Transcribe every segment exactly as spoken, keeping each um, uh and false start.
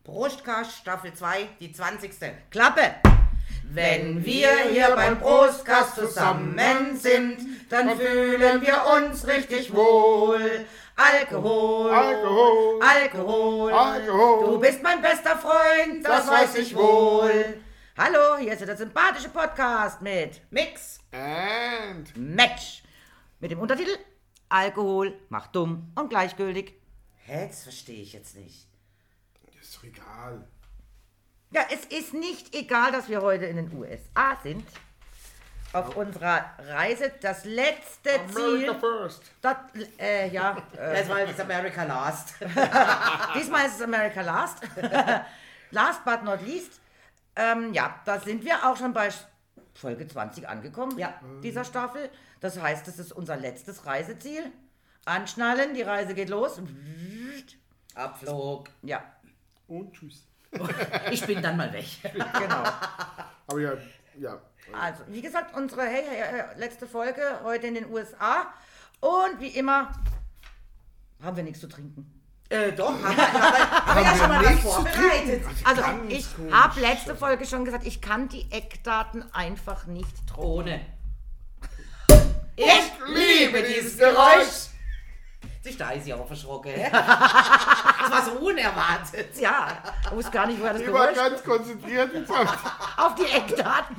Brustkast Staffel zwei, die zwanzigste Klappe. Wenn wir hier beim Brustkast zusammen sind, dann fühlen wir uns richtig wohl. Alkohol, Alkohol, Alkohol, Alkohol. Du bist mein bester Freund, das, Das weiß weiß ich ich wohl. Hallo, hier ist der sympathische Podcast mit Mix And Match. Mit dem Untertitel Alkohol macht dumm und gleichgültig. Hä, das verstehe ich jetzt nicht. ist doch egal. Ja, es ist nicht egal, dass wir heute in den U S A sind. Auf unserer Reise, das letzte America Ziel. first. Das, äh, ja. Äh, Das war jetzt America Last. diesmal ist es America Last. Last but not least. Ähm, ja, da sind wir auch schon bei Folge zwanzig angekommen. Ja. Dieser Staffel. Das heißt, das ist unser letztes Reiseziel. Anschnallen, die Reise geht los. Abflug. Ja, Und tschüss. Ich bin dann mal weg. genau. Aber ja, ja. Also, wie gesagt, unsere hey, hey, letzte Folge heute in den U S A. Und wie immer haben wir nichts zu trinken. Äh, doch, haben wir, haben wir, haben wir ja schon mal was nichts zu vorbereitet. trinken? Also, Ganz ich komisch. habe letzte Folge schon gesagt, ich kann die Eckdaten einfach nicht trocken. Ohne. Ich liebe dieses Geräusch. Sich da ist sie auch verschrocken. hä? Das war so unerwartet. Ja, ich wusste gar nicht, woher das Ich war Geräusch ganz konzentriert und auf die Eckdaten.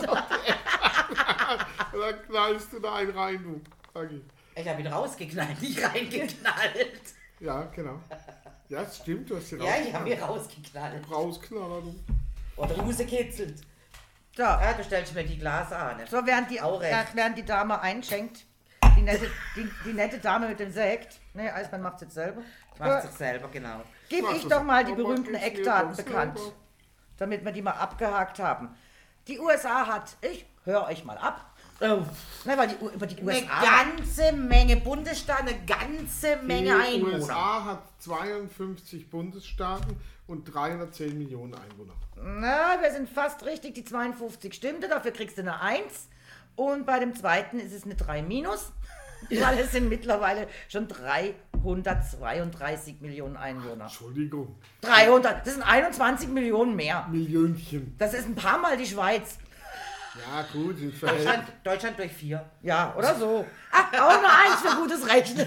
dann knallst du da einen rein, du. Sag ich. Ich habe ihn rausgeknallt, nicht reingeknallt. Ja, genau. Ja, das stimmt, du hast den Ja, ich habe ihn rausgeknallt. rausknaller, du. Oder rausgekitzelt. So, Ja, du stellst mir die Glas an. so während, die, Auch recht. während die Dame einschenkt, die nette, die, die nette Dame mit dem Sekt, ne, Eismann macht es jetzt selber, Macht sich selber, genau. gebe Mach ich das. doch mal die Aber berühmten gib's mir Eckdaten doch bekannt, selber. damit wir die mal abgehakt haben. Die U S A hat, ich höre euch mal ab, Oh. ne, weil die, U- über die U S Eine A... ganze Menge Bundesstaaten, eine ganze Menge Die U S Einwohner. A hat zweiundfünfzig Bundesstaaten und dreihundertzehn Millionen Einwohner. Na, wir sind fast richtig, die zweiundfünfzig stimmte, dafür kriegst du eine eins. Und bei dem zweiten ist es eine drei minus, weil es sind mittlerweile schon dreihundertzweiunddreißig Millionen Einwohner. Entschuldigung. dreihundert, das sind einundzwanzig Millionen mehr. Millionchen. Das ist ein paar Mal die Schweiz. Ja, gut, im Verhältnis. Deutschland, Deutschland durch vier. Ja, oder so. Ach, auch eine eins für gutes Rechnen.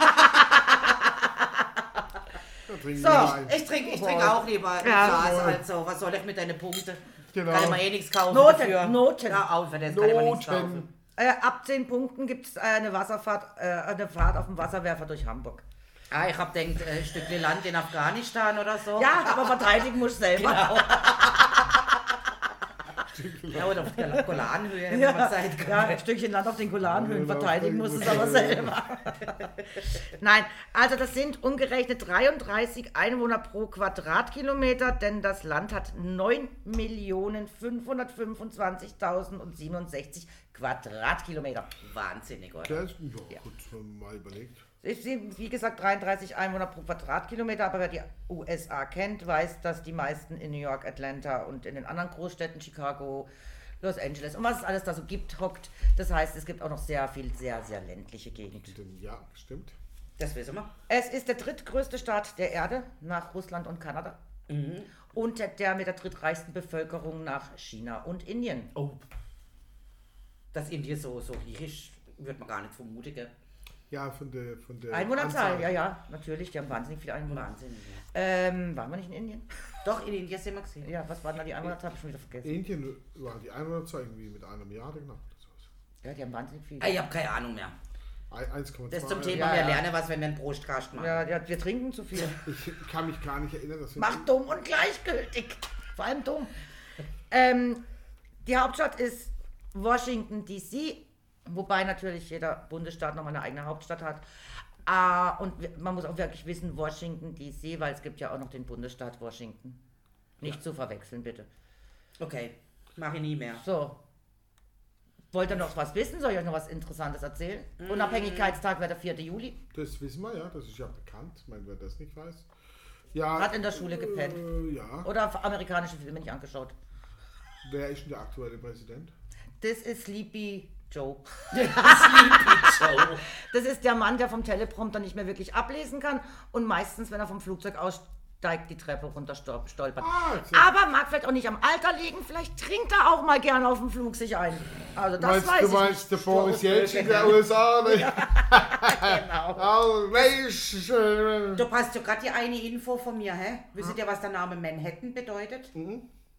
Da trinken So, wir ein. Ich trinke ich trink auch lieber ein Ja. Glas, also was soll ich mit deinen Punkten? Genau. Kann ich mal eh nichts kaufen Noten, dafür. Noten. Ja, auch für das kann ich mal nichts Noten. kaufen. Äh, ab zehn Punkten gibt es eine Wasserfahrt, äh, eine Fahrt auf dem Wasserwerfer durch Hamburg. Ah, ich hab denkt, äh, ein Stückchen Land in Afghanistan oder so. Ja, aber verteidigen musst du selber. Genau. Ja, oder auf der Golanhöhe, wenn Ja, man Zeit ja, kann. ein Stückchen Land auf den Golanhöhen, Ja, verteidigen das musst du es muss aber ich selber. Nein, also das sind umgerechnet dreiunddreißig Einwohner pro Quadratkilometer, denn das Land hat neun Millionen fünfhundertfünfundzwanzigtausendsiebenundsechzig Quadratkilometer. Wahnsinnig, oder? Das, ja, gut, wenn man mal überlegt. Es sind, wie gesagt, dreiunddreißig Einwohner pro Quadratkilometer, aber wer die U S A kennt, weiß, dass die meisten in New York, Atlanta und in den anderen Großstädten, Chicago, Los Angeles und was es alles da so gibt, hockt. Das heißt, es gibt auch noch sehr viel, sehr, sehr ländliche Gegend. Denn, ja, stimmt. Das wissen wir. Es ist der drittgrößte Staat der Erde nach Russland und Kanada und der, der mit der drittreichsten Bevölkerung nach China und Indien. Oh. Dass Indien so, so riech ist, würde man gar nicht vermuten, gell? Ja, von der, von der Einwohnerzahl, Anzahl. ja, ja, natürlich, die haben wahnsinnig viele Einwohner. Wahnsinn. Ja. Ähm, waren wir nicht in Indien? Doch, in Indien sind wir gesehen. Ja, was waren da die Einwohnerzahl? Hab ich schon wieder vergessen. Indien waren die Einwohnerzahl irgendwie mit einer Milliarde knapp. oder sowas. Ja, die haben wahnsinnig viele. Ah, ich habe keine Ahnung mehr. Ein- eins Komma zwei. Das zum ja. Thema, Ja, wir ja. lernen was, wenn wir einen Prostkast machen. Ja, ja, wir trinken zu viel. Ich kann mich gar nicht erinnern, dass wir Macht dumm und gleichgültig. Vor allem dumm. Ähm, die Hauptstadt ist Washington, D C, wobei natürlich jeder Bundesstaat nochmal eine eigene Hauptstadt hat. Ah, und wir- man muss auch wirklich wissen, Washington, D C, weil es gibt ja auch noch den Bundesstaat Washington. Nicht zu verwechseln, bitte. Okay, mache ich nie mehr. So. Wollt ihr noch was wissen? Soll ich euch noch was Interessantes erzählen? Unabhängigkeitstag wäre der vierte Juli. Das wissen wir, ja, das ist ja bekannt. Ich meine, wer das nicht weiß. Ja, Hat in der Schule gepennt. Äh, ja. Oder amerikanische Filme nicht angeschaut. Wer ist denn der aktuelle Präsident? Das ist Sleepy Joe. Sleepy Joe. Das ist der Mann, der vom Teleprompter nicht mehr wirklich ablesen kann und meistens, wenn er vom Flugzeug aussteigt, steigt die Treppe runter, stol- stolpert. Ah, sehr- Aber mag vielleicht auch nicht am Alter liegen, vielleicht trinkt er auch mal gerne auf dem Flug sich ein. Also das Meinst, weiß du ich meinst der nicht. Boris Jelzin der U S A? Ne? Genau. Also, welch, äh, Du hast ja gerade die eine Info von mir, hä? Wisst ihr, was der Name Manhattan bedeutet? Mhm.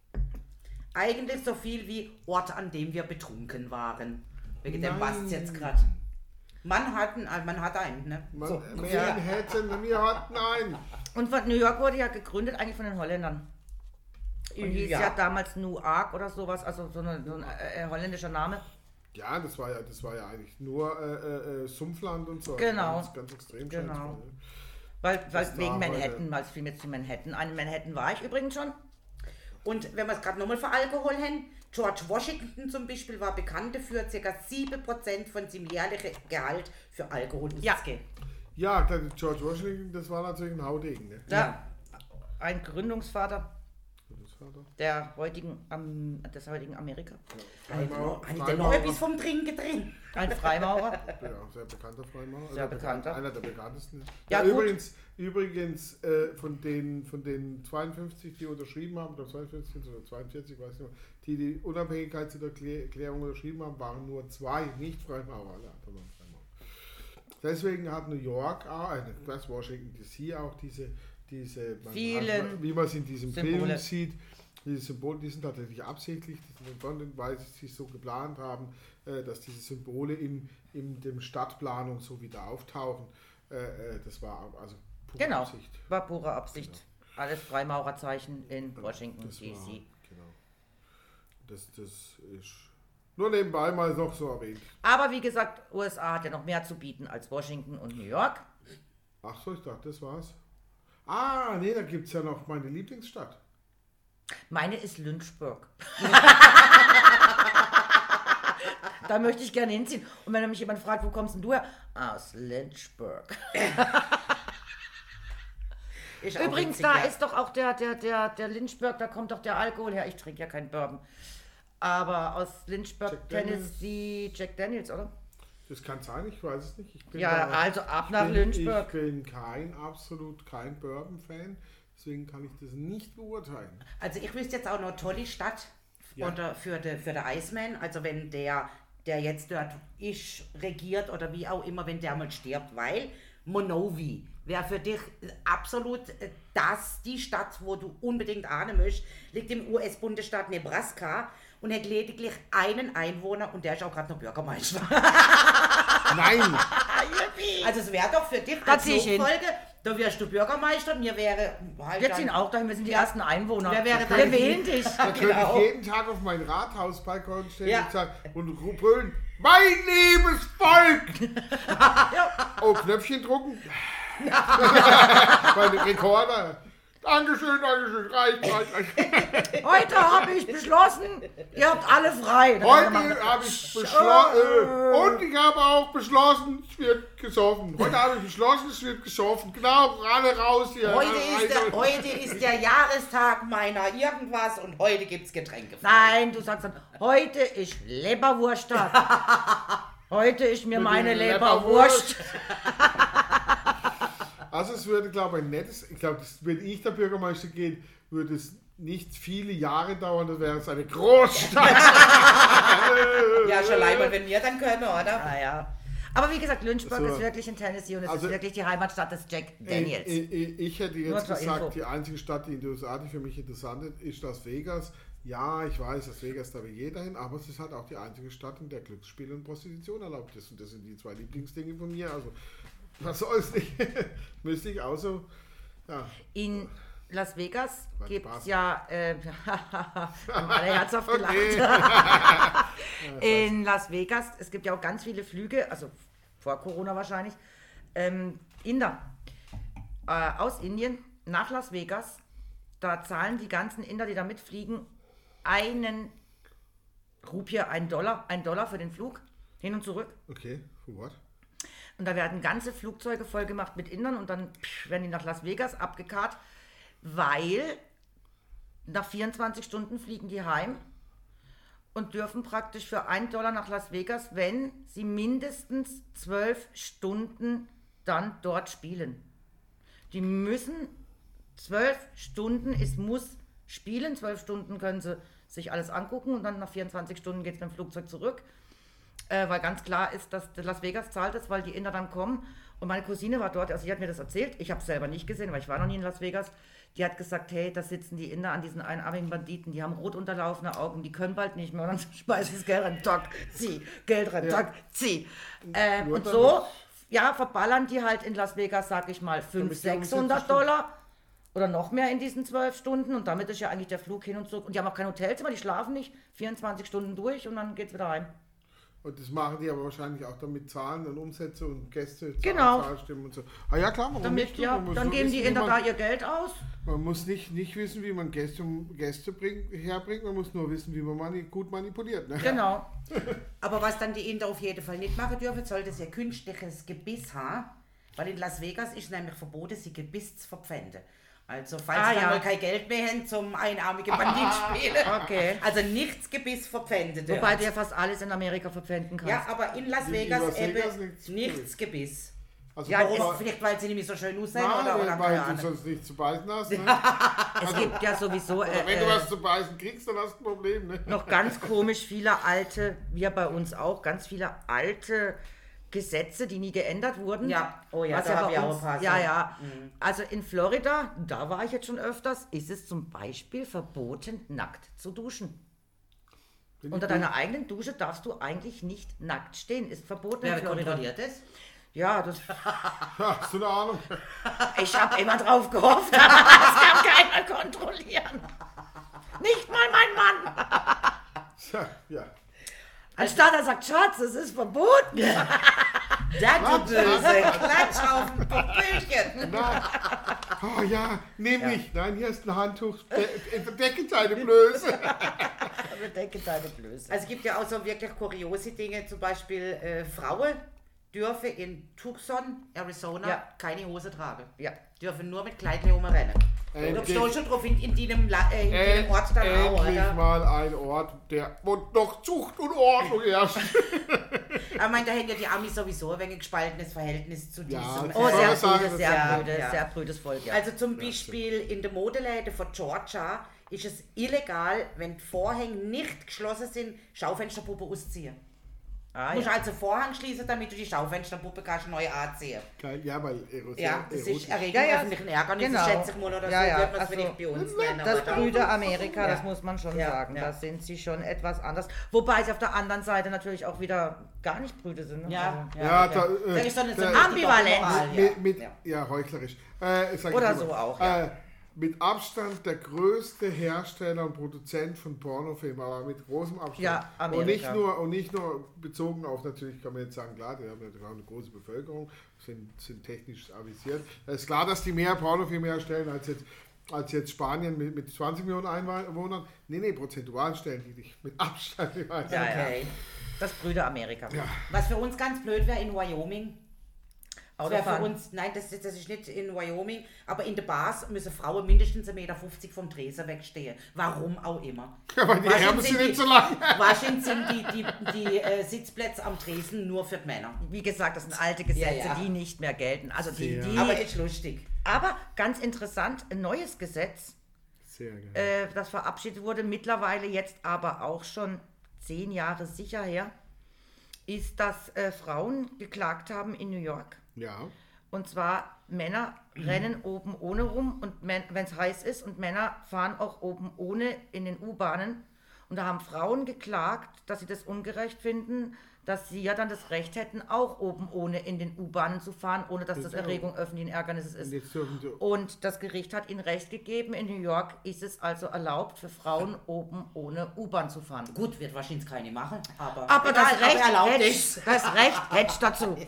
Eigentlich so viel wie Ort, an dem wir betrunken waren. Wegen dem Nein. passt jetzt gerade. Manhattan, äh, man hat einen, ne? Man, So. Manhattan, wir hatten einen. Und von New York wurde ja gegründet eigentlich von den Holländern. Und hieß ja, Ja. damals Newark oder sowas, also so, eine, so ein äh, holländischer Name. Ja, das war ja, das war ja eigentlich nur äh, äh, Sumpfland und so. Genau. Ganz, ganz extrem. Genau. schön. Weil, weil Das wegen war Manhattan, heute- weil es fiel mir zu Manhattan. Ein Manhattan war ich übrigens schon. Und wenn wir es gerade nochmal für Alkohol haben, George Washington zum Beispiel war bekannt dafür, ca. sieben Prozent von seinem jährlichen Gehalt für Alkohol Ja. auszugeben. Ja, der George Washington, das war natürlich ein Haudegen. Ne? Da, ein Gründungsvater Das war doch- der heutigen, am- des heutigen Amerika. Freimaurer, Habe ich denn noch Freimaurer. etwas vom Trinken drin? Ein Freimaurer. Ja, sehr bekannter Freimaurer. Sehr Einer der- bekannter. Einer der bekanntesten. Ja, Ja, gut. übrigens, übrigens äh, von, den, von den zweiundfünfzig, die unterschrieben haben, oder zweiundfünfzig oder zweiundvierzig, weiß ich nicht mehr, die die Unabhängigkeitserklärung unterschrieben haben, waren nur zwei, nicht Freimaurer. Alle anderen waren Freimaurer. Deswegen hat New York, auch, äh, das Washington D C auch diese, diese man Vielen hat, wie man es in diesem Symbole. Film sieht, diese Symbole, die sind tatsächlich absichtlich, das sind von den, weil sie es so geplant haben, äh, dass diese Symbole in, in dem Stadtplanung so wieder auftauchen. Äh, äh, das war also pure Genau, Absicht. war pure Absicht. Alles Freimaurerzeichen in Washington Das D war, C. genau. Das, das ist nur nebenbei mal noch so erwähnt. Aber wie gesagt, U S A hat ja noch mehr zu bieten als Washington und New York. Ach so, ich dachte, das war's. Ah, nee, da gibt es ja noch meine Lieblingsstadt. Meine ist Lynchburg. Da möchte ich gerne hinziehen. Und wenn mich jemand fragt, wo kommst denn du her? Aus Lynchburg. Ist auch Übrigens, witzig, da ja. ist doch auch der, der, der, der Lynchburg, da kommt doch der Alkohol her. Ich trinke ja keinen Bourbon. Aber aus Lynchburg, Jack Daniels. Tennessee, Jack Daniels, oder? Das kann sein, ich weiß es nicht. Ich bin Ja, da- also ab ich nach bin, Lynchburg. Ich bin kein, absolut kein Bourbon-Fan, deswegen kann ich das nicht beurteilen. Also ich wüsste jetzt auch noch eine tolle Stadt Ja. oder für den für der Iceman, also wenn der, der jetzt dort ist, regiert oder wie auch immer, wenn der mal stirbt, weil Monrovia wäre für dich absolut äh, das, die Stadt, wo du unbedingt ahnen möchtest, liegt im U S-Bundesstaat Nebraska und hat lediglich einen Einwohner und der ist auch gerade noch Bürgermeister. Nein! Also es wäre doch für dich Da als zieh ich hin. Nachfolge, da wärst du Bürgermeister, mir wäre halt Wir dann- ziehen auch dahin, wir sind die Ja. ersten Einwohner. Wer wäre wir dann- wählen dich. Da könnte Genau. ich jeden Tag auf mein Rathausbalkon stehen Ja. und, sagen, und brüllen, mein liebes Volk! Oh, Knöpfchen drucken. Meine Rekorder. Dankeschön, Dankeschön, reicht, reicht, reicht. Heute habe ich beschlossen, ihr habt alle frei. Dann Heute haben wir habe ich beschlossen, und ich habe auch beschlossen, es wird gesoffen. Heute habe ich beschlossen, es wird gesoffen. Genau, alle raus hier. Heute alle ist, der, rein. heute ist der Jahrestag meiner irgendwas und heute gibt's Getränke. Nein, du sagst dann, heute ist Leberwursttag. Heute ist mir Mit meine dem Leberwurst. Also es würde, glaube ich, ein nettes, ich glaube, das- wenn ich der Bürgermeister gehe, würde es nicht viele Jahre dauern, dann wäre es eine Großstadt. Ja, schon leider, wenn wir dann können, oder? Ah, ja. Aber wie gesagt, Lynchburg So. ist wirklich in Tennessee und es Also- ist wirklich die Heimatstadt des Jack Daniels. Ich, ich, ich hätte Nur jetzt zur gesagt, Info. die einzige Stadt, die in den U S A, die für mich interessant ist, ist Las Vegas. Ja, ich weiß, Las Vegas, da will jeder hin, aber es ist halt auch die einzige Stadt, in der Glücksspiel und Prostitution erlaubt ist. Und das sind die zwei Lieblingsdinge von mir. Also, was soll's nicht? Müsste ich auch so, ja. In Las Vegas War gibt Spaß. es ja, äh, haben alle herzhaft gelacht. Okay. In Las Vegas, es gibt ja auch ganz viele Flüge, also vor Corona wahrscheinlich, ähm, Inder äh, aus Indien nach Las Vegas. Da zahlen die ganzen Inder, die da mitfliegen, einen Rupie, einen Dollar, einen Dollar für den Flug, hin und zurück. Okay, for what? Und da werden ganze Flugzeuge voll gemacht mit Indern und dann pff, werden die nach Las Vegas abgekarrt, weil nach vierundzwanzig Stunden fliegen die heim und dürfen praktisch für einen Dollar nach Las Vegas, wenn sie mindestens zwölf Stunden dann dort spielen. Die müssen zwölf Stunden, es muss spielen, zwölf Stunden können sie sich alles angucken und dann nach vierundzwanzig Stunden geht es mit dem Flugzeug zurück. Äh, weil ganz klar ist, dass Las Vegas zahlt es, weil die Inder dann kommen. Und meine Cousine war dort, also sie hat mir das erzählt, ich habe es selber nicht gesehen, weil ich war noch nie in Las Vegas. Die hat gesagt, hey, da sitzen die Inder an diesen einarmigen Banditen, die haben rot unterlaufene Augen, die können bald nicht mehr und dann schmeißen sie das Geld rein, tack, zieh, Geld rein, tack, zieh. Äh, und so, ja, verballern die halt in Las Vegas, sag ich mal, fünfhundert, sechshundert Dollar oder noch mehr in diesen zwölf Stunden und damit ist ja eigentlich der Flug hin und zurück. Und die haben auch kein Hotelzimmer, die schlafen nicht vierundzwanzig Stunden durch und dann geht's wieder heim. Und das machen die aber wahrscheinlich auch damit Zahlen und Umsätze und Gäste, genau. Zahlstimmen und so. Ah ja, klar, warum damit, nicht? Ja, dann geben die Inder da ihr Geld aus. Man muss nicht, nicht wissen, wie man Gäste, Gäste bringt, herbringt, man muss nur wissen, wie man mani gut manipuliert. Ne? Genau. Aber was dann die Inder auf jeden Fall nicht machen dürfen, soll das ja künstliches Gebiss haben, weil in Las Vegas ist nämlich verboten, sie Gebiss zu verpfänden. Also falls ah, sie ja. mal kein Geld mehr haben zum einarmigen Bandit spielen. Okay. Also nichts Gebiss verpfändet. Wobei du ja fast alles in Amerika verpfänden kannst. Ja, aber in Las Vegas, in Las Vegas eben nichts, nichts Gebiss. Also Ja, ist vielleicht weil sie nicht mehr so schön aussehen Nein, oder, oder weil keine du Ahnung. sonst nichts zu beißen hast. Ne? Es gibt ja sowieso äh, Wenn du äh, was zu beißen kriegst, dann hast du ein Problem. Ne? noch ganz komisch viele alte, wir bei uns auch, ganz viele alte Gesetze, die nie geändert wurden. Ja, oh ja, Was da ja hab bei ich auch uns, ein paar ja, Sachen. ja. Also in Florida, da war ich jetzt schon öfters, ist es zum Beispiel verboten, nackt zu duschen. Bin Unter ich deiner eigenen Dusche darfst du eigentlich nicht nackt stehen. Ist verboten in Wer Florida. kontrolliert das? Ja, das, Ja, hast du eine Ahnung? ich habe immer drauf gehofft, aber das kann keiner kontrollieren. Nicht mal mein Mann. Ja, ja. Anstatt er sagt, Schatz, es ist verboten. Da du böse Klatsch auf dem Popöchen. Nein. Oh ja, nimm nicht. Nein, hier ist ein Handtuch. Be Bedecke deine Blöße. Bedecke deine Blöße. Also es gibt ja auch so wirklich kuriose Dinge, zum Beispiel äh, Frauen dürfen in Tucson, Arizona, Ja. keine Hose tragen. Ja. Dürfen nur mit Kleidchen rumrennen. Endlich. Du stehst schon drauf in, in deinem, La äh, in deinem Ort dann auch, Endlich oder? mal ein Ort, der, wo doch Zucht und Ordnung herrscht. Aber ich meine, da haben ja die Amis sowieso ein wenig gespaltenes Verhältnis zu Ja, diesem. Oh, Ich sehr wollte sagen, brüdes, das- sehr Ja, brüdes, ja. sehr brüdes Volk, ja. Also zum Beispiel in den Modeläden von Georgia ist es illegal, wenn die Vorhänge nicht geschlossen sind, Schaufensterpuppe ausziehen. ah, Du musst ja. also Vorhang schließen, damit du die Schaufensterpuppe kannst neu anziehen. Geil, ja, weil Erosion. Ja, das ist erotisch. Erregung Ja, ja. öffentlichen Ärgernisses, Genau. schätze ich mal, oder Ja, so ja, wird man es also vielleicht bei uns nennen. Das oder? brüde Amerika, Ja. das muss man schon Ja, sagen. ja. Da sind sie schon etwas anders. Wobei sie auf der anderen Seite natürlich auch wieder gar nicht brüde sind. Ne? Ja, Also, Ja, okay. da, äh, Da ist doch eine so da- eine Ambivalent. Doppelmoral, ja. Mit, mit, Ja. ja. heuchlerisch. Äh, sag ich Oder immer. so auch, ja. Äh, mit Abstand der größte Hersteller und Produzent von Pornofilmen, aber mit großem Abstand. Ja, Amerika. Und nicht nur, und nicht nur bezogen auf, natürlich kann man jetzt sagen, klar, die haben natürlich auch eine große Bevölkerung, sind, sind technisch avisiert. Es ist klar, dass die mehr Pornofilme herstellen als jetzt, als jetzt Spanien mit, mit zwanzig Millionen Einwohnern. Nee, nee, prozentual stellen die dich mit Abstand. Ich weiß. Ja, Okay. ja. Das brüde Amerika. Ja. Was für uns ganz blöd wäre in Wyoming. Das wäre für Autofahren. uns, nein, das, das ist nicht in Wyoming, aber in den Bars müssen Frauen mindestens eins Komma fünfzig Meter vom Tresen wegstehen. Warum auch immer. Ja, weil die Wahrscheinlich Ärmel sind sind nicht so lang. Wahrscheinlich sind die, die, die äh, Sitzplätze am Tresen nur für die Männer. Wie gesagt, das sind alte Gesetze, Ja, ja. die nicht mehr gelten. Also die, Sehr. die, Aber aber, ist lustig. ganz interessant, ein neues Gesetz, Sehr geil. äh, das verabschiedet wurde, mittlerweile jetzt aber auch schon zehn Jahre sicher her, ist, dass äh, Frauen geklagt haben in New York. Ja. Und zwar Männer rennen oben ohne rum und wenn es heiß ist und Männer fahren auch oben ohne in den U-Bahnen. Und da haben Frauen geklagt, dass sie das ungerecht finden, dass sie ja dann das Recht hätten, auch oben ohne in den U-Bahnen zu fahren, ohne dass das Ja. Erregung öffentlichen Ärgernisses Und ist. jetzt dürfen sie, Und das Gericht hat ihnen Recht gegeben. In New York ist es also erlaubt, für Frauen oben ohne U-Bahn zu fahren. Gut, wird wahrscheinlich keine machen, aber, Aber egal, das Recht erlaubt hätte ist. das Recht hätte ich dazu.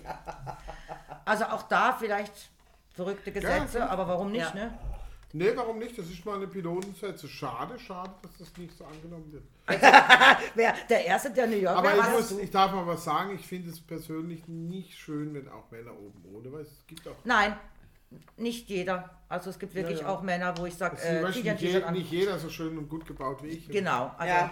Also auch da vielleicht verrückte Gesetze, Ja. aber warum nicht, Ja. ne? nee, warum nicht? Das ist mal eine Pilotensätze. Schade, schade, dass das nicht so angenommen wird. Wer der Erste, der New York Aber wäre, ich, warst muss, du. ich darf mal was sagen, ich finde es persönlich nicht schön, wenn auch Männer oben ohne, weil es gibt auch... Nein, nicht jeder. Also es gibt wirklich Ja, ja. auch Männer, wo ich sage, Es ist äh, zum zieh Beispiel dir ein nicht, je, T-Shirt an. nicht jeder so schön und gut gebaut wie ich. Genau, also Ja.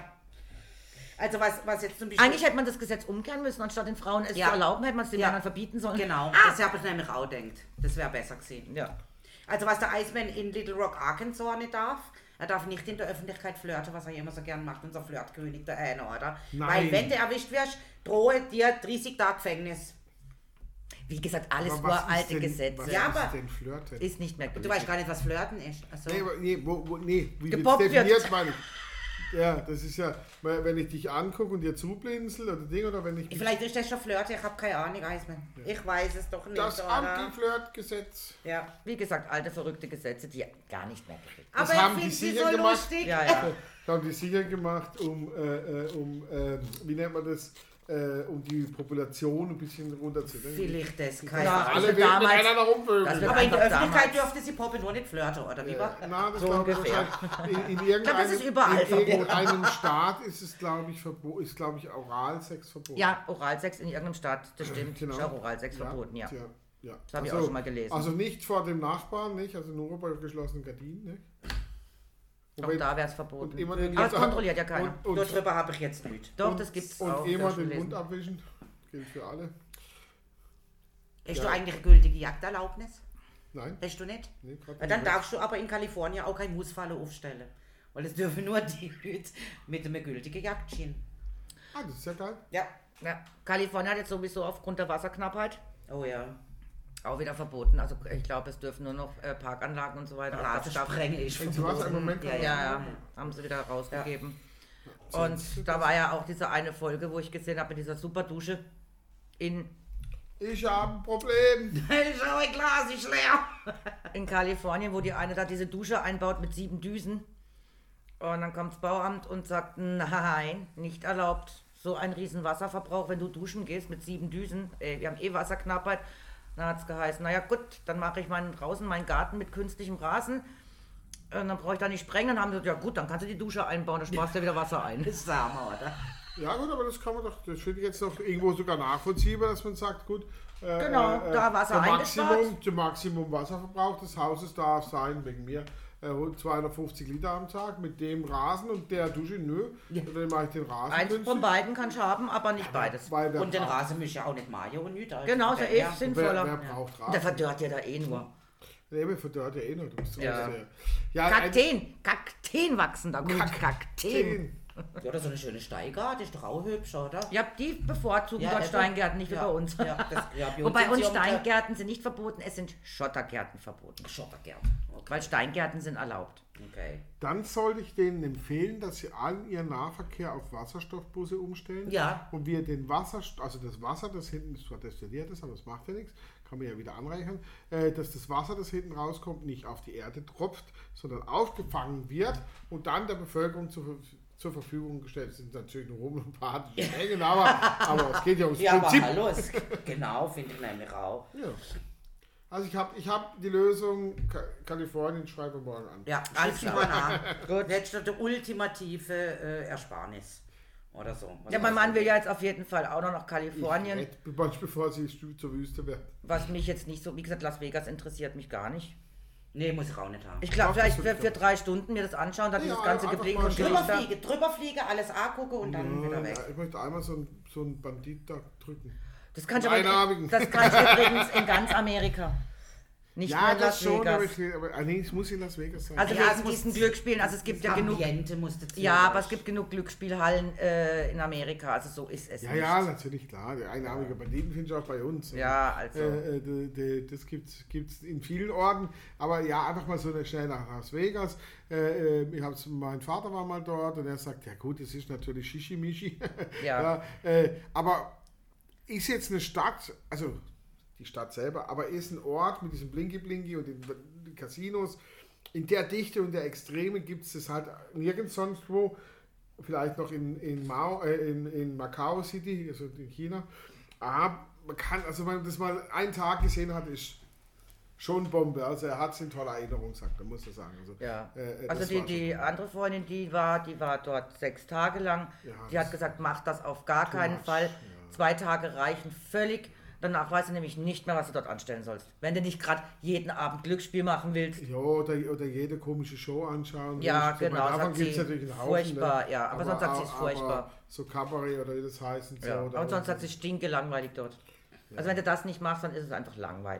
Also was, was jetzt zum Beispiel... eigentlich hätte man das Gesetz umkehren müssen, anstatt den Frauen es Ja. zu erlauben, hätte man es den Ja. Männern verbieten sollen. Genau, Ah! das habe ich nämlich auch gedacht. Das wäre besser gewesen. Ja. Also was der Iceman in Little Rock, Arkansas nicht darf, er darf nicht in der Öffentlichkeit flirten, was er immer so gern macht, unser Flirtkönig, der eine, oder? Nein. Weil wenn du erwischt wirst, drohe dir dreißig Tage Gefängnis. Wie gesagt, alles Aber was ist uralte denn- Gesetze. Was Ja, ist aber- denn Flirten? Ist nicht mehr Und du gültig. weißt gar nicht, was Flirten ist. Also, Nee, aber- nee, wo, wo, nee, wie jetzt Gebobbt wird. definiert meine ich. Ja, das ist ja, weil wenn ich dich angucke und dir zublinzel oder Ding, oder wenn ich dich, vielleicht ist das schon Flirten, ich habe keine Ahnung, Iceman. Ich weiß es doch nicht, das oder? Anti-Flirt-Gesetz. Ja. Wie gesagt, alte, verrückte Gesetze, die gar nicht mehr gelten. Das Aber haben ich die finde sie sicher so gemacht. lustig. Ja, ja. Das haben die sicher gemacht, um, äh, äh, um äh, wie nennt man das, äh, um die Population ein bisschen runterzudrehen. Vielleicht das, keine Ja, Ahnung. Alle also werden damals- miteinander das rumvögeln. wird- Aber in der einfach Öffentlichkeit damals. dürfte sie Poppe nur nicht flirten, oder wie war? Na, das So glaube ich ungefähr. wahrscheinlich. In, in irgendeinem, das ist überall in verboten. irgendeinem Staat ist es, glaube ich, verbo ist, glaube ich, Oralsex verboten. Ja, Oralsex in irgendeinem Staat, das stimmt. Genau. Ist auch Oralsex verboten, ja. Tja, ja. Das habe ich auch schon mal gelesen. Also nicht vor dem Nachbarn, nicht? Also nur bei geschlossenen Gardinen, nicht? Auch Wobei- da wäre es verboten. und immer den Aber es Mund- kontrolliert ja keiner. Und, und, Darüber habe ich jetzt nicht. Doch, und, das gibt's und auch. immer hab ich schon den gelesen. Mund abwischen. Gilt für alle. Hast Ja. du eigentlich eine gültige Jagderlaubnis? Nein? Hast du nicht? Nee, grad Ja, dann nicht. darfst du aber in Kalifornien auch keine Moosfalle aufstellen. Weil es dürfen nur die Leute mit einem gültigen Jagdschein. Ah, das ist ja geil. Ja. Ja. Kalifornien hat jetzt sowieso aufgrund der Wasserknappheit Oh ja. auch wieder verboten. Also ich glaube, es dürfen nur noch äh, Parkanlagen und so weiter. Ja, Das darf- Sprengen ist Wenn sie was im verboten. Moment Ja, haben. Ja, ja. ja, haben sie wieder rausgegeben. Ja. Und da war ja auch diese eine Folge, wo ich gesehen habe, mit dieser Superdusche in, Ich habe ein Problem. Schau, ein Glas ist leer. in Kalifornien, wo die eine da diese Dusche einbaut mit sieben Düsen. Und dann kommt das Bauamt und sagt, nein, nicht erlaubt. So ein riesen Wasserverbrauch, wenn du duschen gehst mit sieben Düsen. Ey, wir haben eh Wasserknappheit. Dann hat es geheißen, naja gut, dann mache ich meinen, draußen meinen Garten mit künstlichem Rasen. Und dann brauche ich da nicht sprengen. Dann haben sie gesagt, ja gut, dann kannst du die Dusche einbauen, dann sparst du wieder Wasser ein. Das sagen wir, oder? Ja gut, aber das kann man doch, das finde ich jetzt noch irgendwo sogar nachvollziehbar, dass man sagt, gut, äh, Genau, äh, da Wasser der eingespart. Maximum, der Maximum Wasserverbrauch des Hauses darf sein, wegen mir, äh, rund zweihundertfünfzig Liter am Tag mit dem Rasen und der Dusche, nö, dann mache ich den Rasen Eins günstig, von beiden kannst du haben, aber nicht beides. weil der Und den Ra- Rasen misch ja auch nicht Mayo und nicht. Also Genau, von ist ja dem eh her. wer, sinnvoller. wer braucht Der Rasen? verdörrt ja da eh nur. Nee, aber verdörrt ja eh noch. Du musst Ja. ja, ein- Kakteen, Kakteen wachsen da gut. Kakteen. Kakteen. Ja, oder so eine schöne Steigart, ist doch auch hübsch, oder? Ja, die bevorzugen Ja, dort also- Steingärten, nicht wie ja, bei uns. ja, das- ja, bei uns Wobei sind uns sie um der- Steingärten sind nicht verboten, es sind Schottergärten verboten. Schottergärten. Okay. Weil Steingärten sind erlaubt. okay. Dann sollte ich denen empfehlen, dass sie allen ihren Nahverkehr auf Wasserstoffbusse umstellen. Ja. Und wir den Wasser, also das Wasser, das hinten zwar destilliert ist, aber das macht ja nichts, kann man ja wieder anreichern, äh, dass das Wasser, das hinten rauskommt, nicht auf die Erde tropft, sondern aufgefangen wird und dann der Bevölkerung zur, zur Verfügung gestellt. Das sind natürlich nur homöopathische Mengen, aber, aber es geht ja ums Ja, aber Prinzip. hallo, es, genau, finde ich nämlich auch. Ja. Also ich habe ich hab die Lösung, Ka Kalifornien schreiben wir morgen an. Ja, Alles alles klar. klar. Gut. Jetzt noch der ultimative äh, Ersparnis. Oder so. Was Ja, mein heißt Mann will das? ja jetzt auf jeden Fall auch noch nach Kalifornien. Ich rette manchmal, bevor sie stu- zur Wüste werden. Was mich jetzt nicht so, wie gesagt, Las Vegas interessiert mich gar nicht. Nee, muss ich auch nicht haben. Ich glaube, Doch, das vielleicht für, würde ich für drei Stunden mir das anschauen, dann Ja, dieses ganze einfach Geblinke mal und schön. Drüber Gelichter. fliegen, drüber fliegen, alles angucken und dann wieder weg. Ja, ich möchte einmal so einen so einen Bandit da drücken. Das kann ich Einarmigen. aber, das kann ich übrigens in ganz Amerika. Nicht nur Ja, in das Las schon, aber, Vegas. ich, aber ah, nee, es muss in Las Vegas sein. Also Ja, es wegen muss- diesen Glücksspielen, also es gibt ja genug. Ambiente musste ziehen. Ja, aber es gibt genug Glücksspielhallen äh, in Amerika, also so ist es ja, nicht. ja, natürlich, klar. Der einarmige Banditen finde ich auch bei uns. Ja, also. Äh, äh, de, de, das gibt es in vielen Orten. Aber ja, einfach mal so eine schnell nach Las Vegas. Äh, äh, ich hab's, mein Vater war mal dort und er sagt, ja gut, das ist natürlich Shishimishi. Ja. ja, äh, aber ist jetzt eine Stadt, also die Stadt selber, aber ist ein Ort mit diesem Blinky-Blinky und den, den Casinos. In der Dichte und der Extreme gibt es das halt nirgends sonst wo. Vielleicht noch in, in, Mao, äh, in, in Macau City, also in China. Aber man kann, also wenn man das mal einen Tag gesehen hat, ist schon Bombe. Also er hat es in toller Erinnerung, sagt man, muss er sagen. Also, Ja. äh, Also das die, war die andere Freundin, die war, die war dort sechs Tage lang. Ja, die hat das- gesagt, mach das auf gar Too keinen much, Fall. ja. Zwei Tage reichen völlig. Danach weißt du nämlich nicht mehr, was du dort anstellen sollst. Wenn du nicht gerade jeden Abend Glücksspiel machen willst. Ja, oder, oder jede komische Show anschauen. Ja, willst. Ich genau, meine, davon sagt gibt's sie, natürlich einen Haufen. furchtbar, ne? ja, aber sonst sagt sie, es ist aber furchtbar. So Cabaret oder wie das heißt. Und Ja. so, Und sonst sagt sie, stinke langweilig dort. Also wenn du das nicht machst, dann ist es einfach langweilig.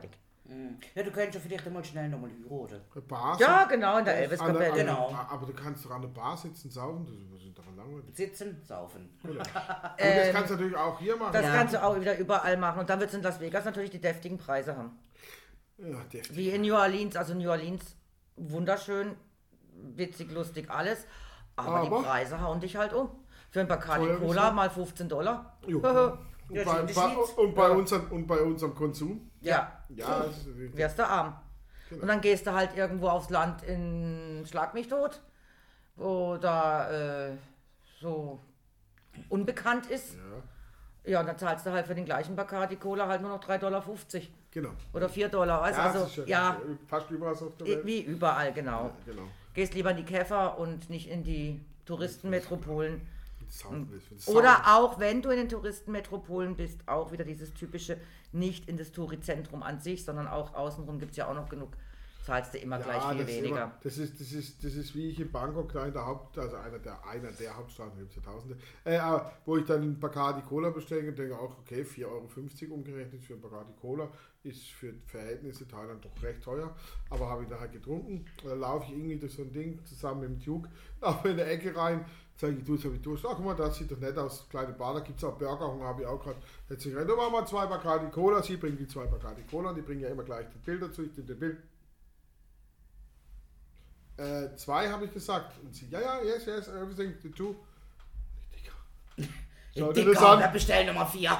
Ja, du könntest ja vielleicht einmal schnell nochmal heiraten. Eine Bar Ja, sitzen- genau, in der an- Elvis-Kapelle. an- Genau. Aber du kannst doch an der Bar sitzen, saufen, das ist doch langweilig. Sitzen, saufen. Und das kannst du natürlich auch hier machen. Das Ja. kannst du auch wieder überall machen. Und dann wird es in Las Vegas natürlich die deftigen Preise haben. Ja, deftig. Wie in New Orleans. Also New Orleans, wunderschön, witzig, lustig, alles. Aber, Aber? die Preise hauen dich halt um. Für ein Bacardi Teuer Cola bisschen. mal fünfzehn Dollar. Jo. Haha. Und, Ja, bei, die bei, Unterschied. und, bei Ja. unserem, und bei unserem Konsum? Ja, Ja, das ist richtig. wärst du arm. Genau. Und dann gehst du halt irgendwo aufs Land in Schlag mich tot, wo da äh, so unbekannt ist. Ja, Ja, und dann zahlst du halt für den gleichen Bacardi Cola halt nur noch drei Dollar fünfzig genau. oder vier Dollar. Weißt? Ja, also, das ist ja, fast überall so auf der Welt. wie überall, genau. Ja, genau. Gehst lieber in die Käfer und nicht in die Touristenmetropolen. Sound ist, wenn es Oder Sound- auch, wenn du in den Touristenmetropolen bist, auch wieder dieses typische, nicht in das Tourizentrum an sich, sondern auch außenrum gibt es ja auch noch genug, zahlst du immer gleich viel das ist weniger. Immer, das, ist, das, ist, das ist wie ich in Bangkok, da in der Haupt, also einer der, einer der Hauptstaaten, gibt es ja tausende, äh, aber wo ich dann ein Bacardi Cola bestelle und denke auch, okay, vier Euro fünfzig umgerechnet für ein Bacardi Cola, ist für Verhältnisse Thailand doch recht teuer, aber habe ich nachher getrunken. Und dann laufe ich irgendwie durch so ein Ding zusammen mit dem Duke, laufe in der Ecke rein, sage ich, du, so wie du, sag guck mal, das sieht doch nett aus, kleine Bar, da gibt es auch Burger, Hunger habe ich auch gerade. Jetzt sage ich, da machen wir zwei Bacardi Cola, sie bringen die zwei Bacardi Cola, die bringen ja immer gleich das Bild dazu, ich nehme das Bild. Äh, zwei habe ich gesagt. Und sie, ja, ja, yes, yes, everything to do. Dicker. Schau dir das Dicker, wir an. bestellen Nummer vier.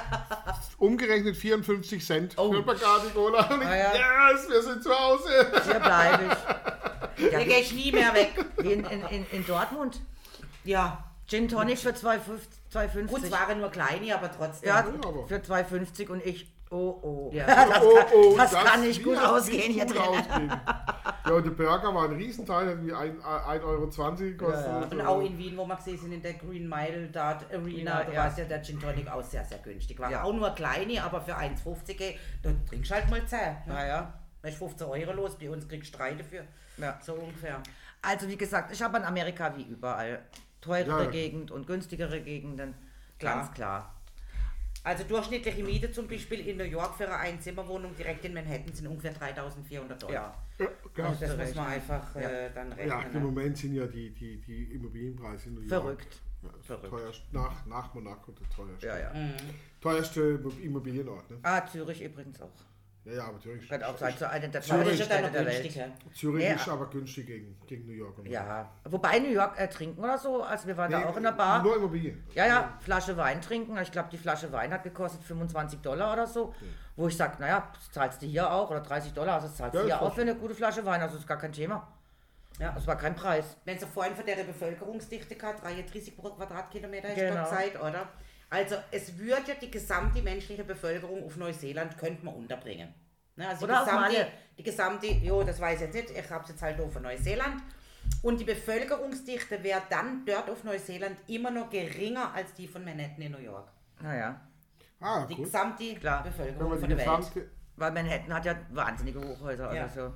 Umgerechnet vierundfünfzig Cent Oh. für Bacardi Cola. Und ich, Ah, ja. yes, wir sind zu Hause. Hier bleibe ich. Ja, Da gehe ich nie mehr weg. wie in, in, in, in Dortmund. Ja. Gin Tonic für zwei Gut, fünfzig. es waren nur kleine, aber trotzdem. Ja, aber- für zwei fünfzig und ich, oh oh. Ja. Das, Oh, kann, oh, das kann nicht wie gut das ausgehen nicht hier gut drin. ausgehen. Ja, und der Burger war ein Riesenteil, hat wie ein Euro zwanzig gekostet. Ja, ja. Und auch in Wien, wo wir gesehen sind, in der Green Mile Dart Arena, Ja, da ja. war es ja der Gin Tonic auch sehr, sehr günstig. War Ja. auch nur kleine, aber für eins fünfzig, da trinkst du halt mal zehn. Ja, ja. Da ist fünfzehn Euro los, bei uns kriegst du drei dafür. Ja. So ungefähr. Also wie gesagt, ich habe in Amerika wie überall teurere Ja, ja. Gegend und günstigere Gegenden, Klar. ganz klar. Also durchschnittliche Miete zum Beispiel in New York für eine Einzimmerwohnung direkt in Manhattan sind ungefähr dreitausendvierhundert Dollar. Ja, Ja, klar. Also das muss rechnen. man einfach äh, dann rechnen. Ja, im ne? Moment sind ja die, die, die Immobilienpreise in New York. verrückt. Ja, das Verrückt. teuerste, nach, nach Monaco der teuerste. Ja, ja. Mhm. Teuerste Immobilienort. Ne? Ah, Zürich übrigens auch. Ja, ja, aber Zürich, Könnte auch sein, zu einer der Aber das teuersten ist ja dann Städte noch der günstiger. Welt. Zürich Ja. ist aber günstig gegen, gegen New York. Ja, wobei New York äh, trinken oder so, also wir waren Nee, da auch in der Bar. Nur Immobilien. Ja, ja, Flasche Wein trinken. Ich glaube, die Flasche Wein hat gekostet fünfundzwanzig Dollar oder so. Wo ich sage, naja, das zahlst du hier auch oder dreißig Dollar, also das zahlst Ja, du ist hier auch doch- für eine gute Flasche Wein, also das ist gar kein Thema. Ja. Das war kein Preis. Wenn sie vorhin von der Bevölkerungsdichte gehabt, dreiunddreißig pro Quadratkilometer ist Genau. genau. Zeit, oder? Also es würde ja die gesamte menschliche Bevölkerung auf Neuseeland könnte man unterbringen. Ne, also Oder die auf gesamte, Malle. die gesamte, jo, das weiß ich jetzt nicht, ich habe es jetzt halt auf Neuseeland. Und die Bevölkerungsdichte wäre dann dort auf Neuseeland immer noch geringer als die von Manhattan in New York. Naja, Ah, Die gut. gesamte Klar. Wenn Bevölkerung man von die der Welt. gesamte, weil Manhattan hat ja wahnsinnige Hochhäuser. Ja. Also.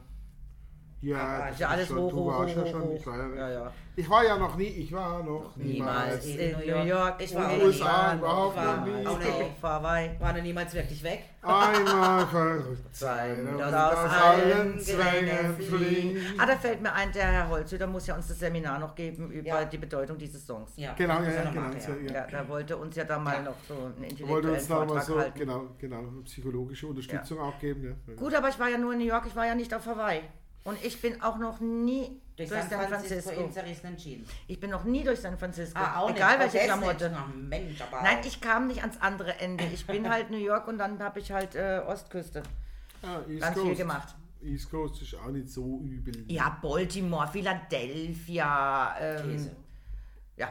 ja, Aber das Ist ja alles schon, hoch, du hoch, warst hoch, ja schon, hoch, ich war ja, Ja, ja. Ich war ja noch nie, ich war noch Niemals niemals. in in New New York. York. Ich war in auch den nie. U S A, Überhaupt ich war noch nie. Auch nicht. auf Hawaii. War noch niemals wirklich weg. Einmal verrückt Sein, sein, dass aus aus allen allen Zwängen Zwängen fliehen. Ah, da fällt mir ein, der Herr Holzhüter muss ja uns das Seminar noch geben über Ja. die Bedeutung dieses Songs. Ja, Genau, das ja, muss er ja, noch genau. machen, so, ja. ja. Ja, da wollte uns ja da mal Ja. noch so einen Wir wollten intellektuellen uns da mal Vortrag so, halten. genau, genau, psychologische Unterstützung auch geben. Ja. Gut, aber ich war ja nur in New York, ich war ja nicht auf Hawaii. Und ich bin auch noch nie Durch durch San San Francisco, Francisco. in zerrissenen Schienen. Ich bin noch nie durch San Francisco. Ah, auch nicht. Egal Auch welche das Klamotte. nicht. Ach, Mensch, aber Nein, ich kam nicht ans andere Ende. Ich bin halt New York und dann habe ich halt äh, Ostküste. Ah, East Ganz viel Coast. gemacht. East Coast ist auch nicht so übel. Ja, Baltimore, Philadelphia. Ähm, Käse. ja,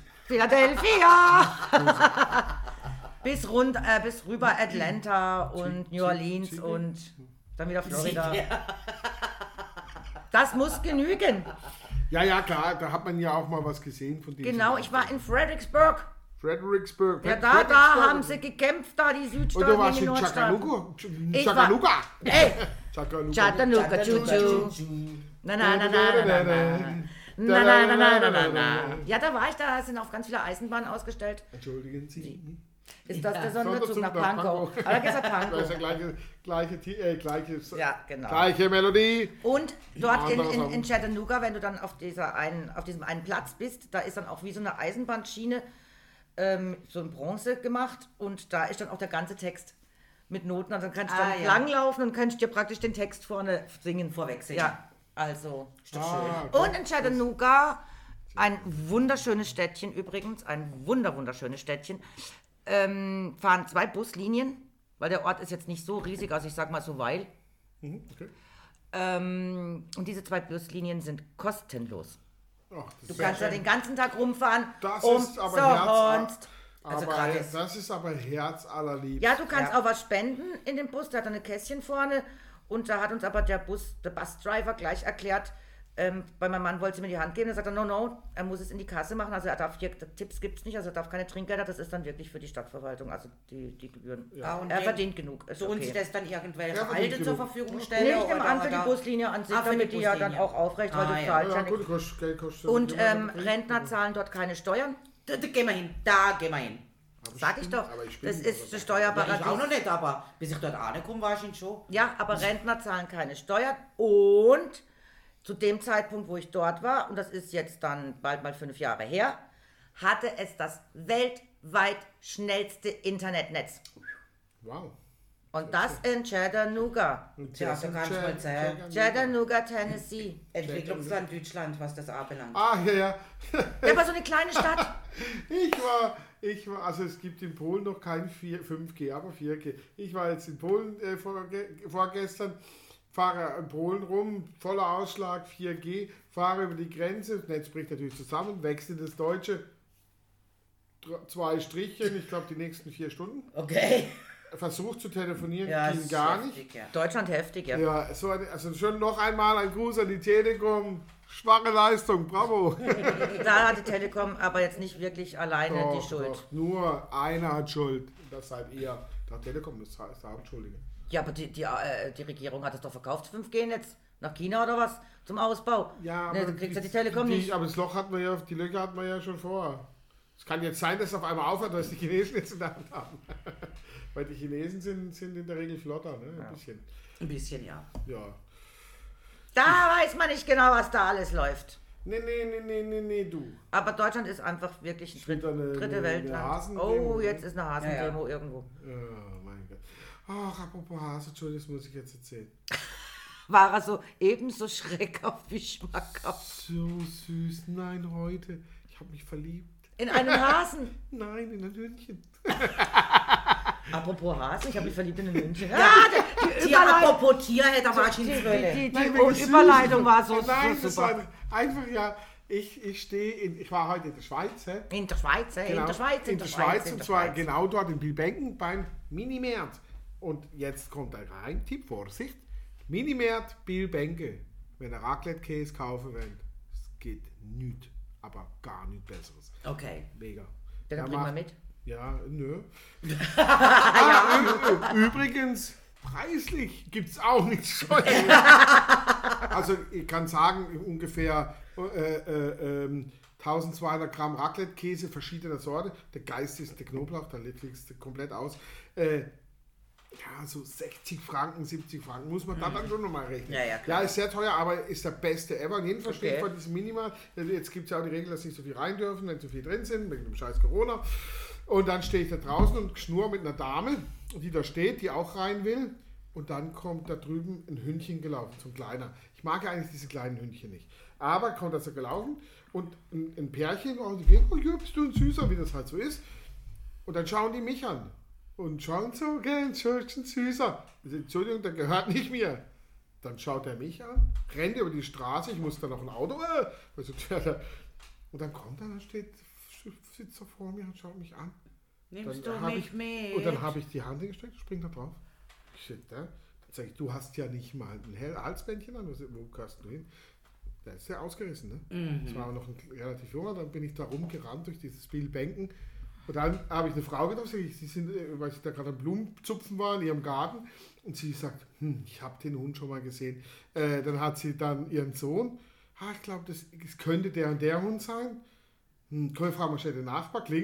Philadelphia! bis, rund, äh, bis rüber Atlanta und Chi- New Orleans Chi- und dann wieder Florida. Ja. Das muss genügen. Ja, ja, klar, da hat man ja auch mal was gesehen von diesem. Genau, ich war in Fredericksburg. Fredericksburg. Ja, da, da haben sie gekämpft, da die Und Südstaaten du warst gegen in die Nordstaaten. Chakanuga. Ich war- Chakanuga. Ey, Chakanuga. Chattanooga, Choo-Choo. Na, na, na, na, na, na, na. Na, na, na, na, na, na, na. Ja, da war ich, da sind auch ganz viele Eisenbahnen ausgestellt. Entschuldigen Sie. ist das Ja. der Sonderzug Sonderzug nach nach Pankow. Pankow. Aber da ist ja Das ist Pankow. ja gleiche, gleiche, Ti- äh, gleiches, Ja, genau. gleiche Melodie. Und dort in, Anderer in, Song. in Chattanooga, wenn du dann auf, dieser einen, auf diesem einen Platz bist, da ist dann auch wie so eine Eisenbahnschiene, ähm, so in Bronze gemacht und da ist dann auch der ganze Text mit Noten. Also dann kannst du Ah, dann ja. langlaufen und kannst dir praktisch den Text vorne singen. Vorweg singen. Ja, also. Ist doch Ah, schön. okay. Und in Chattanooga, ein wunderschönes Städtchen übrigens, ein wunder wunderschönes Städtchen, ähm, fahren zwei Buslinien, weil der Ort ist jetzt nicht so riesig, also ich sag mal so weil. Mhm, okay. Ähm, und diese zwei Buslinien sind kostenlos. Ach, das Du ist kannst da schön. den ganzen Tag rumfahren. Das um ist aber Herz, Also aber gratis. das ist aber Herz allerliebst. Ja, du kannst Ja. auch was spenden in dem Bus, der hat dann ein Kästchen vorne und da hat uns aber der Bus, der Busdriver gleich erklärt, ähm, weil mein Mann wollte es mir die Hand geben, er sagt er, no, no, er muss es in die Kasse machen, also er darf hier, Tipps gibt es nicht, also er darf keine Trinkgelder, das ist dann wirklich für die Stadtverwaltung, also die, die Gebühren. Ah, und Er wenn- verdient genug, ist Tun okay. Sie das dann irgendwelche Ja, Alte verdient zur genug. Verfügung Nee, stellen? Nee, ich nehme oder- an für die oder- Buslinie an sich, Ah, für die damit die ja dann Buslinie. auch aufrecht, weil Ah, du ja. zahlst Ja, ja gut, nicht. kostet, Geld kostet Und immer ähm, noch Geld. Rentner zahlen dort keine Steuern, Da, da gehen wir hin. Da gehen wir hin. Aber sag ich bin- doch, aber ich bin das nicht, ist aber- der Ja, ich auch Steuerparadies. noch nicht, aber bis ich dort ankomme, war ich schon. Ja, aber Rentner zahlen keine Steuern und zu dem Zeitpunkt, wo ich dort war, und das ist jetzt dann bald mal fünf Jahre her, hatte es das weltweit schnellste Internetnetz. Wow. Und das in Chattanooga. Und Tja, das so sind kannst du Chat- mal sagen. Chat- Chattanooga, Tennessee. Entwicklungsland Deutschland, was das anbelangt. Ah, ja, ja. Ja, aber so eine kleine Stadt. Ich war, ich war, also es gibt in Polen noch kein vier, fünf G, aber vier G. Ich war jetzt in Polen äh, vorge vorgestern, fahre in Polen rum, voller Ausschlag, vier G, fahre über die Grenze, das Netz bricht natürlich zusammen, wechsle das Deutsche, dr- zwei Strichchen, ich glaube die nächsten vier Stunden. Okay. Versucht zu telefonieren, Ja, ging ist gar heftig, nicht. Ja. Deutschland heftig, ja. Ja, so eine, also schon noch einmal ein Gruß an die Telekom. Schwache Leistung, bravo. Da hat die Telekom aber jetzt nicht wirklich alleine Doch, die Schuld. doch, nur einer hat Schuld. Das seid ihr. Der Telekom ist, ist der Hauptschuldige. Ja, aber die, die, äh, die Regierung hat es doch verkauft, fünf G Netz. Nach China oder was? Zum Ausbau. Ja, Ne, du kriegst ja die Telekom die, nicht. Aber das Loch hatten wir ja, die Lücke hatten wir ja schon vor. Es kann jetzt sein, dass es auf einmal aufhört, dass die Chinesen jetzt in der Hand haben. Weil die Chinesen sind, sind in der Regel flotter, ne? Ein Ja. bisschen. Ein bisschen, ja. Ja. Da weiß man nicht genau, was da alles läuft. Nee, nee, nee, nee, nee, nee, du. Aber Deutschland ist einfach wirklich ein Ist wieder dritt, eine- dritte eine- Weltland. eine Hasendemo, Oh, ne? jetzt ist eine Hasendemo irgendwo. Oh mein Gott. Ach, apropos Hase, Entschuldigung, das muss ich jetzt erzählen. War er so ebenso schreckhaft wie schmackhaft. So süß. Nein, heute. Ich habe mich verliebt. In einen Hasen. Nein, in ein Hündchen. Apropos Hasen, ich habe mich verliebt in einen München. Ja, die, die, Tier, Überleitung, apropos Tier, hätte er die, wahrscheinlich die, Zwille. die, die, Nein, die wegen süß. Überleitung war so, Nein, so das super. war einfach ja. Ich, ich stehe in. Ich war heute in der Schweiz, hä? In der Schweiz, äh, in Genau, der Schweiz, in der Schweiz, in und der zwar Schweiz. genau dort in Bilbenken beim Minimärd. Und jetzt kommt ein Reimtipp, Vorsicht. Minimärd Bilbenke. Wenn ihr Raclette-Käse kaufen wollt, es geht nichts, aber gar nichts Besseres. Okay. Mega. Dann Der bring mal macht- mit. Ja, nö. ah, ü- ü- übrigens, preislich gibt es auch nichts Scheuerliches. Also ich kann sagen, ungefähr äh, äh, ähm, eintausendzweihundert Gramm Raclette-Käse verschiedener Sorte. Der Geist ist der Knoblauch, da legst du komplett aus. Äh, ja, so sechzig Franken, siebzig Franken muss man da dann schon nochmal rechnen. Ja, ja, klar. Ja, ist sehr teuer, aber ist der beste ever. Und jedenfalls Okay. steht vor diesem Minimal, jetzt gibt es ja auch die Regel, dass nicht so viel rein dürfen, wenn zu viel drin sind, wegen dem scheiß Corona. Und dann stehe ich da draußen und schnurre mit einer Dame, die da steht, die auch rein will. Und dann kommt da drüben ein Hündchen gelaufen, so ein kleiner. Ich mag ja eigentlich diese kleinen Hündchen nicht. Aber kommt da so gelaufen und ein, ein Pärchen, und die gehen, oh ja, bist du ein Süßer, wie das halt so ist. Und dann schauen die mich an. Und schauen so, okay, ein Schöpfchen Süßer. Also, Entschuldigung, der gehört nicht mir. Dann schaut er mich an, rennt über die Straße, ich muss da noch ein Auto, äh, weil so fährt er. Und dann kommt er, dann steht, sitzt er vor mir und schaut mich an. Nimmst Dann du hab mich ich- mit? Und dann habe ich die Hand hingestreckt, spring da drauf. Shit, ja. Dann sage ich, du hast ja nicht mal ein Hell- Halsbändchen an, wo gehörst du hin? Der ist ja ausgerissen, ne? Mhm. Das war auch noch ein relativ junger, dann bin ich da rumgerannt durch dieses Spielbänken. Und dann habe ich eine Frau getroffen, sie sind, äh, weil sie da gerade am Blumenzupfen war in ihrem Garten. Und sie sagt, hm, ich habe den Hund schon mal gesehen. Äh, dann hat sie dann ihren Sohn. Ah, ich glaube, das, das könnte der und der Hund sein. Hm, komm, fragen wir schnell den Nachbar, klingel.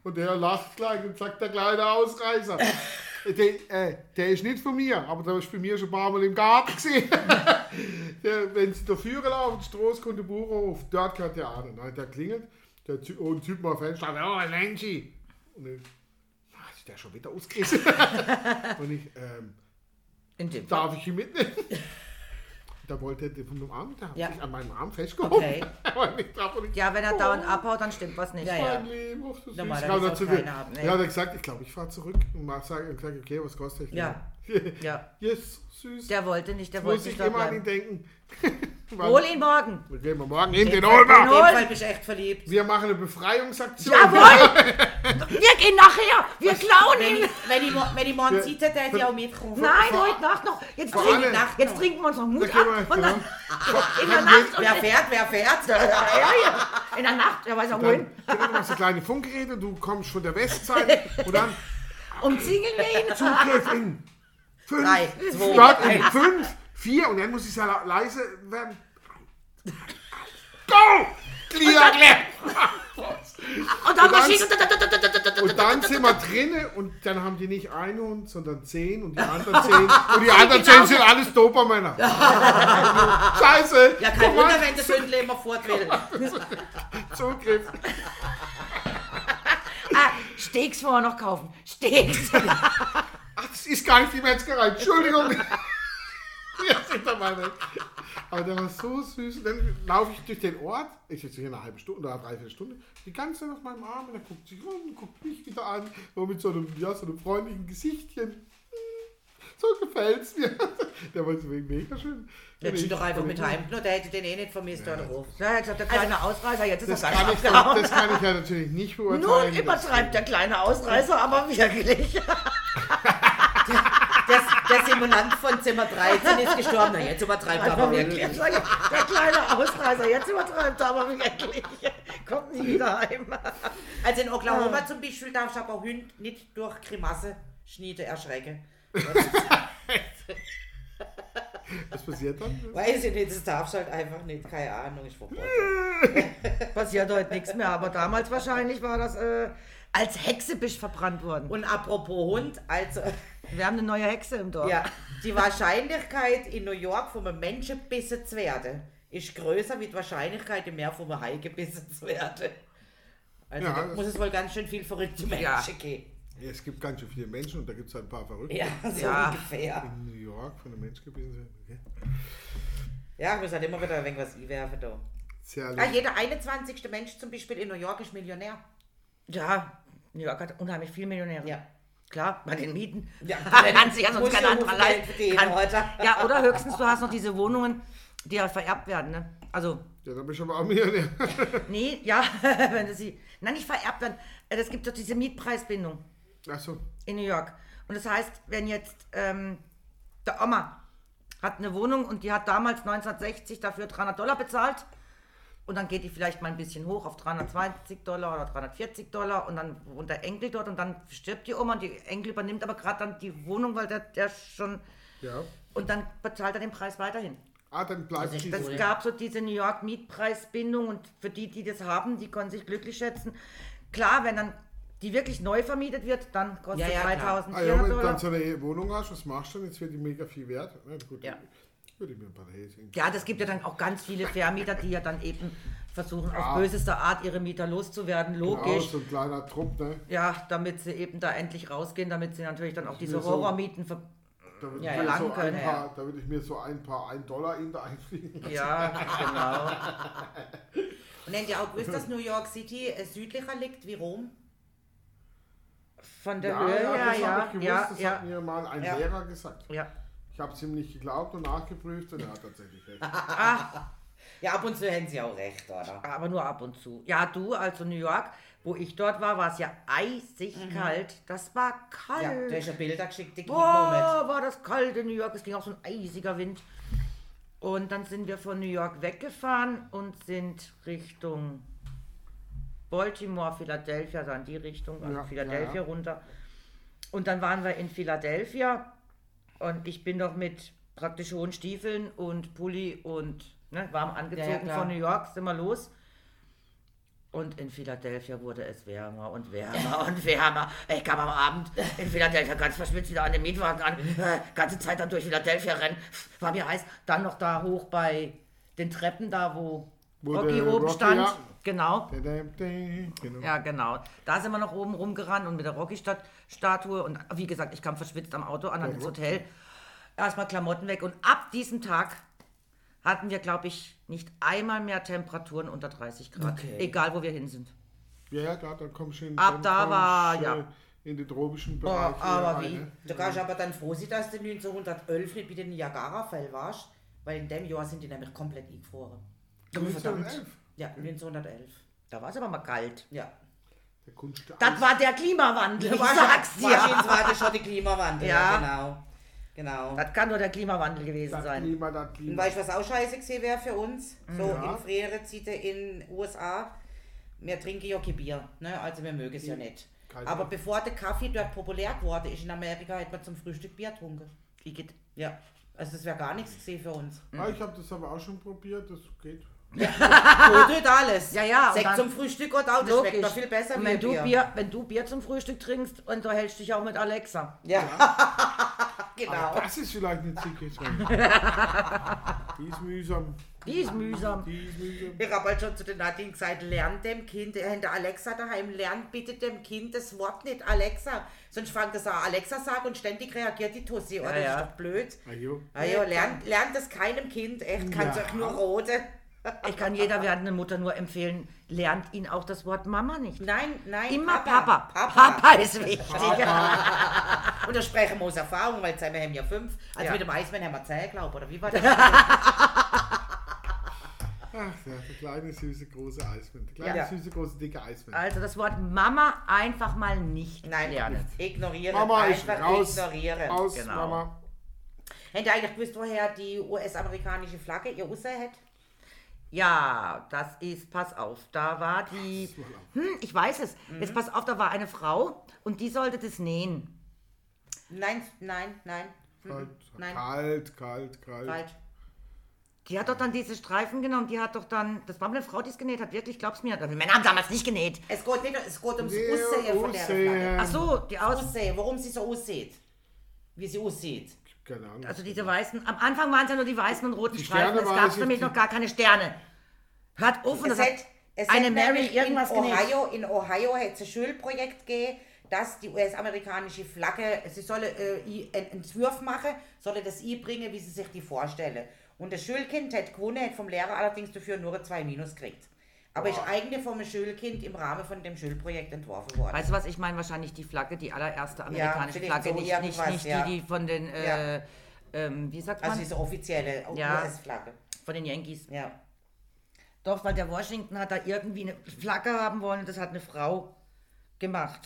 Und der lacht gleich und sagt, der kleine Ausreißer. Der, äh, der ist nicht von mir, aber der ist bei mir schon ein paar Mal im Garten gesehen. der, wenn sie da Führer laufen, Straße kommt der Bauernhof, dort gehört der an. Dann der klingelt, der Typ, oh, ein Typ mal auf Fenster, oh, ein Lenchi. Und ich, na, ist der schon wieder ausgerissen. Und ich, ähm, In dem darf ich ihn mitnehmen? Da wollte er von meinem Arm, der hat Ja. sich an meinem Arm festgehoben. Okay. Aber nicht drauf und ich, Ja, wenn er dauernd abhaut, dann stimmt was nicht. Ja, ja. mein Leben, ach, das Normal, ist- da Ich ist hab auch dazu- keiner haben, ne? Ja, hat er gesagt, ich glaube, ich fahre zurück. Und mal gesagt, gesagt, okay, was kostet ich? Ja. Ja. Yes, süß. Der wollte nicht, der Jetzt wollte muss ich nicht dort immer an ihn bleiben. denken. Hol ihn morgen. Wir gehen wir morgen hin, den In holen dem wir. Fall bin ich echt verliebt. Wir machen eine Befreiungsaktion. Jawohl! Wir gehen nachher! Wir klauen Wenn ihn! ich, wenn ich, mo- wenn ich morgen Ja. sieht, hätte ich auch mitgerufen. Nein, heute Nacht noch. Jetzt, Vor trinken, allem- Nacht jetzt noch. trinken wir uns noch Da Mut gehen ab. wir, Und dann genau. in der Nacht. Wer fährt, wer fährt? Ja, ja, ja. In der Nacht, wer weiß auch wohin. Dann genau, machst du kleine Funkgeräte, du kommst von der Westseite und dann Umzingeln wir ihn. Zugriff in fünf, Drei, zwei, Start in eins. fünf, vier und dann muss ich ja leise werden. Go! Clear, clear! Und dann Und dann- Maschine. Und dann sind wir drinnen und dann haben die nicht einen Hund, sondern zehn und die anderen zehn. Und die anderen zehn sind alles Dobermänner. Scheiße! Ja, kein Guck mal, Wunder, wenn der Sündle immer fort will. Zugriff. Ah, Steaks wollen wir noch kaufen. Steaks. Ach, das ist gar nicht die Metzgerei. Entschuldigung. Wir sind da mal weg. Aber der war so süß. Und dann laufe ich durch den Ort. Ich jetzt hier eine halbe Stunde oder dreiviertel Stunde. Die ganze Zeit auf meinem Arm. Und er guckt sich rum, guckt mich wieder an. So mit so einem, ja, so einem freundlichen Gesichtchen. So gefällt's mir. Der war deswegen mega schön. Hättest du doch einfach mit heimgenommen, der hätte den eh nicht vermisst oder drauf. Ja, jetzt hat der kleine Ausreißer, jetzt ist Das er kann, ganz ich, abgehauen. das kann ich ja natürlich nicht beurteilen. Nun übertreibt der kleine Ausreißer aber wirklich. Der, der Simulant von Zimmer dreizehn ist gestorben. Na, jetzt übertreibt er aber wirklich. Der kleine Ausreißer, jetzt übertreibt er aber wirklich. Kommt nie wieder heim. Also in Oklahoma zum Beispiel darfst du aber Hunde nicht durch Grimasse Schniete erschrecken. Was passiert dann? Weiß ich nicht, das darfst du halt einfach nicht. Keine Ahnung, ist verboten. Passiert heute nichts mehr, aber damals wahrscheinlich war das äh, als Hexebisch verbrannt worden. Und apropos Hund, also Wir haben eine neue Hexe im Dorf. ja, die Wahrscheinlichkeit in New York von einem Menschen gebissen zu werden, ist größer wie die Wahrscheinlichkeit im Meer von einem Hai gebissen zu werden. Also Ja, da das- muss es wohl ganz schön viel verrückte Menschen Ja. geben. Ja, es gibt ganz schön viele Menschen und da gibt es halt ein paar Verrückte. Ja, so Ja. ungefähr. In New York von einem Mensch gebissen sind. Okay. Ja, ich muss halt immer wieder ein wenig was einwerfen da. Sehr Ah, lustig. jeder einundzwanzigste Mensch zum Beispiel in New York ist Millionär. Ja, New York hat unheimlich viel Millionäre. Ja. Klar, bei den Mieten. Ja, Kann sich ja sonst muss kein ja anderer Geld leisten. verdienen, Kann- oder? Ja, oder höchstens du hast noch diese Wohnungen, die halt vererbt werden. Ne? Also, Ja, da bin ich aber auch Millionär. nee, ja, wenn du sie. Nein, nicht vererbt werden. Es gibt doch diese Mietpreisbindung Achso. in New York. Und das heißt, wenn jetzt ähm, der Oma hat eine Wohnung und die hat damals neunzehnhundertsechzig dafür dreihundert Dollar bezahlt und dann geht die vielleicht mal ein bisschen hoch auf dreihundertzwanzig Dollar oder dreihundertvierzig Dollar und dann wohnt der Enkel dort und dann stirbt die Oma und die Enkel übernimmt aber gerade dann die Wohnung, weil der, der schon... Ja. Und dann bezahlt er den Preis weiterhin. Ah, dann bleibt Also ich- die. Es gab so diese New York Mietpreisbindung und für die, die das haben, die können sich glücklich schätzen. Klar, wenn dann die wirklich neu vermietet wird, dann kostet Ja, ja, klar. Ah, ja, dreitausendvierhundert wenn du Dollar. dann so eine Wohnung hast, was machst du dann? Jetzt wird die mega viel wert. Na gut, Ja. würde ich mir ein paar Häschen. Ja, das gibt ja dann auch ganz viele Vermieter, die ja dann eben versuchen, Ja. auf böseste Art ihre Mieter loszuwerden, Genau, logisch. so ein kleiner Trupp, ne? Ja, damit sie eben da endlich rausgehen, damit sie natürlich dann auch diese mir so- Horrormieten ver... Da würde Ja, ich, ja. mir so Verlangen ein können, paar- da würde ich mir so ein paar ein Dollar in da einfliegen. Ja, genau. Und habt ihr auch gewusst, dass New York City äh, südlicher liegt wie Rom? Von der Ja, Höhe ja, her, das ja, habe ich gewusst, ja, das ja, hat mir mal ein Ja. Lehrer gesagt. ja. Ich habe es ihm nicht geglaubt und nachgeprüft und er hat tatsächlich recht. Ja, ab und zu haben sie auch recht, oder? Aber nur ab und zu. Ja, du, also New York, wo ich dort war, war es ja eisig kalt. Das war kalt. Ja, du hast ja Bilder geschickt, die Boah, war das kalt in New York. Es ging auch so ein eisiger Wind. Und dann sind wir von New York weggefahren und sind Richtung Baltimore, Philadelphia, dann die Richtung, also Ja, Philadelphia ja, ja. runter. Und dann waren wir in Philadelphia und ich bin doch mit praktisch hohen Stiefeln und Pulli und ne, warm angezogen Ja, ja, klar. von New York, sind wir los. Und in Philadelphia wurde es wärmer und wärmer und wärmer. Ich kam am Abend in Philadelphia ganz verschwitzt wieder an den Mietwagen an. Äh, ganze Zeit dann durch Philadelphia rennen. War mir heiß. Dann noch da hoch bei den Treppen da, wo, Wo Rocky der oben Rocky, stand. ja. Genau. Genau. Ja, genau. Da sind wir noch oben rumgerannt und mit der Rocky-Statue. Und wie gesagt, ich kam verschwitzt am Auto an, dann ins Hotel. Erstmal Klamotten weg. Und ab diesem Tag hatten wir, glaube ich, nicht einmal mehr Temperaturen unter dreißig Grad. Okay. Egal, wo wir hin sind. Ja, ja, klar, dann kommst du in, Ab dann da kommst, war, äh, ja. in den tropischen Boah, Bereich. aber wieder wie? rein, ne? Du kannst aber dann froh sein, dass du neunzehnhundertelf nicht bei den Niagara-Fällen warst, weil in dem Jahr sind die nämlich komplett eingefroren. neunzehnhundertelf. Ja, neunzehnhundertelf. Da war es aber mal kalt. Ja. Der Kunst der Das Eis- war der Klimawandel, ich Wahrscheinlich- sag's dir. Wahrscheinlich war das schon der Klimawandel. Ja. Ja, genau. Genau. Das kann nur der Klimawandel gewesen das sein. Klima, das Und Klima. weißt du, was auch scheiße gewesen wäre für uns? So Ja. in früheren Zeiten in den U S A. Wir trinken ja kein Bier, ne? Also wir mögen es ja nicht. Kein Aber Bier. bevor der Kaffee dort populär geworden ist in Amerika, hat man zum Frühstück Bier getrunken. Wie geht? Ja. Also das wäre gar nichts gewesen für uns. Ah, ich habe das aber auch schon probiert, das geht. So tut alles. Ja, ja, und Sekt dann- zum Frühstück und auch, das schmeckt doch viel besser Und wie wenn du Bier. Bier, wenn du Bier zum Frühstück trinkst, unterhältst dich auch mit Alexa. Ja, genau. Aber das ist vielleicht eine Zicke. Die ist mühsam. Die ist mühsam. Die ist mühsam. Ich habe halt schon zu den Nadine gesagt, lernt dem Kind, äh, der Alexa daheim, lernt bitte dem Kind das Wort nicht Alexa. Sonst fängt das an Alexa sagen und ständig reagiert die Tussi. Oder Ja, das ja. ist doch blöd. Ajo. Also, lernt, lernt das keinem Kind, echt, kann es Ja. euch nur rote. Ich kann jeder werdenden Mutter nur empfehlen, lernt ihn auch das Wort Mama nicht. Nein, nein, Immer Papa. Papa. Papa ist wichtig. Und da sprechen wir aus Erfahrung, weil jetzt wir haben ja fünf. Also Ja. mit dem Eismann haben wir zehn, glaube ich, oder wie war das? Ach ja, der kleine, süße, große Eismann. Der kleine, Ja. süße, große, dicke Eismann. Also das Wort Mama einfach mal nicht Nein, lernen. ignorieren, Mama ist einfach raus. ignorieren. Aus, Genau. Mama. Habt ihr eigentlich gewusst, woher die U S-amerikanische Flagge ihr Aussehen hat? Ja, das ist, pass auf, da war die, hm, ich weiß es, jetzt pass auf, da war eine Frau und die sollte das nähen. Nein, nein, nein. Kalt, Nein. kalt, kalt, kalt. Falsch. Die hat doch dann diese Streifen genommen, die hat doch dann, das war eine Frau, die es genäht hat, wirklich, glaub's mir. Die Männer haben damals nicht genäht. Es geht, nicht, es geht ums Nee, Aussehen von der Aussehen. Flagge. Ach so, die aus, Aussehen, warum sie so aussieht. Wie sie aussieht. Keine Ahnung. also diese weißen, am Anfang waren es ja nur die weißen und roten Die Streifen, Sterne es waren gab es nämlich jetzt noch gar keine Sterne. Hört auf, und Es das hat, hat es eine hat Mary nämlich irgendwas in genäht. Ohio, in Ohio hat es ein Schulprojekt gegeben, dass die U S-amerikanische Flagge, sie solle äh, i- einen Entwurf machen, solle das einbringen, wie sie sich die vorstellen. Und das Schulkind hat gewonnen, hat vom Lehrer allerdings dafür nur ein zwei Minus gekriegt. Aber ist eigentlich vom Schulkind im Rahmen von dem Schulprojekt entworfen worden. Weißt du was, ich meine wahrscheinlich die Flagge, die allererste amerikanische vielleicht Flagge, so nicht, nicht, irgendwas, nicht ja. die, die von den, äh, Ja. ähm, wie sagt man, Also diese offizielle Ja. U S-Flagge. von den Yankees. Ja. Doch, weil der Washington hat da irgendwie eine Flagge haben wollen und das hat eine Frau gemacht.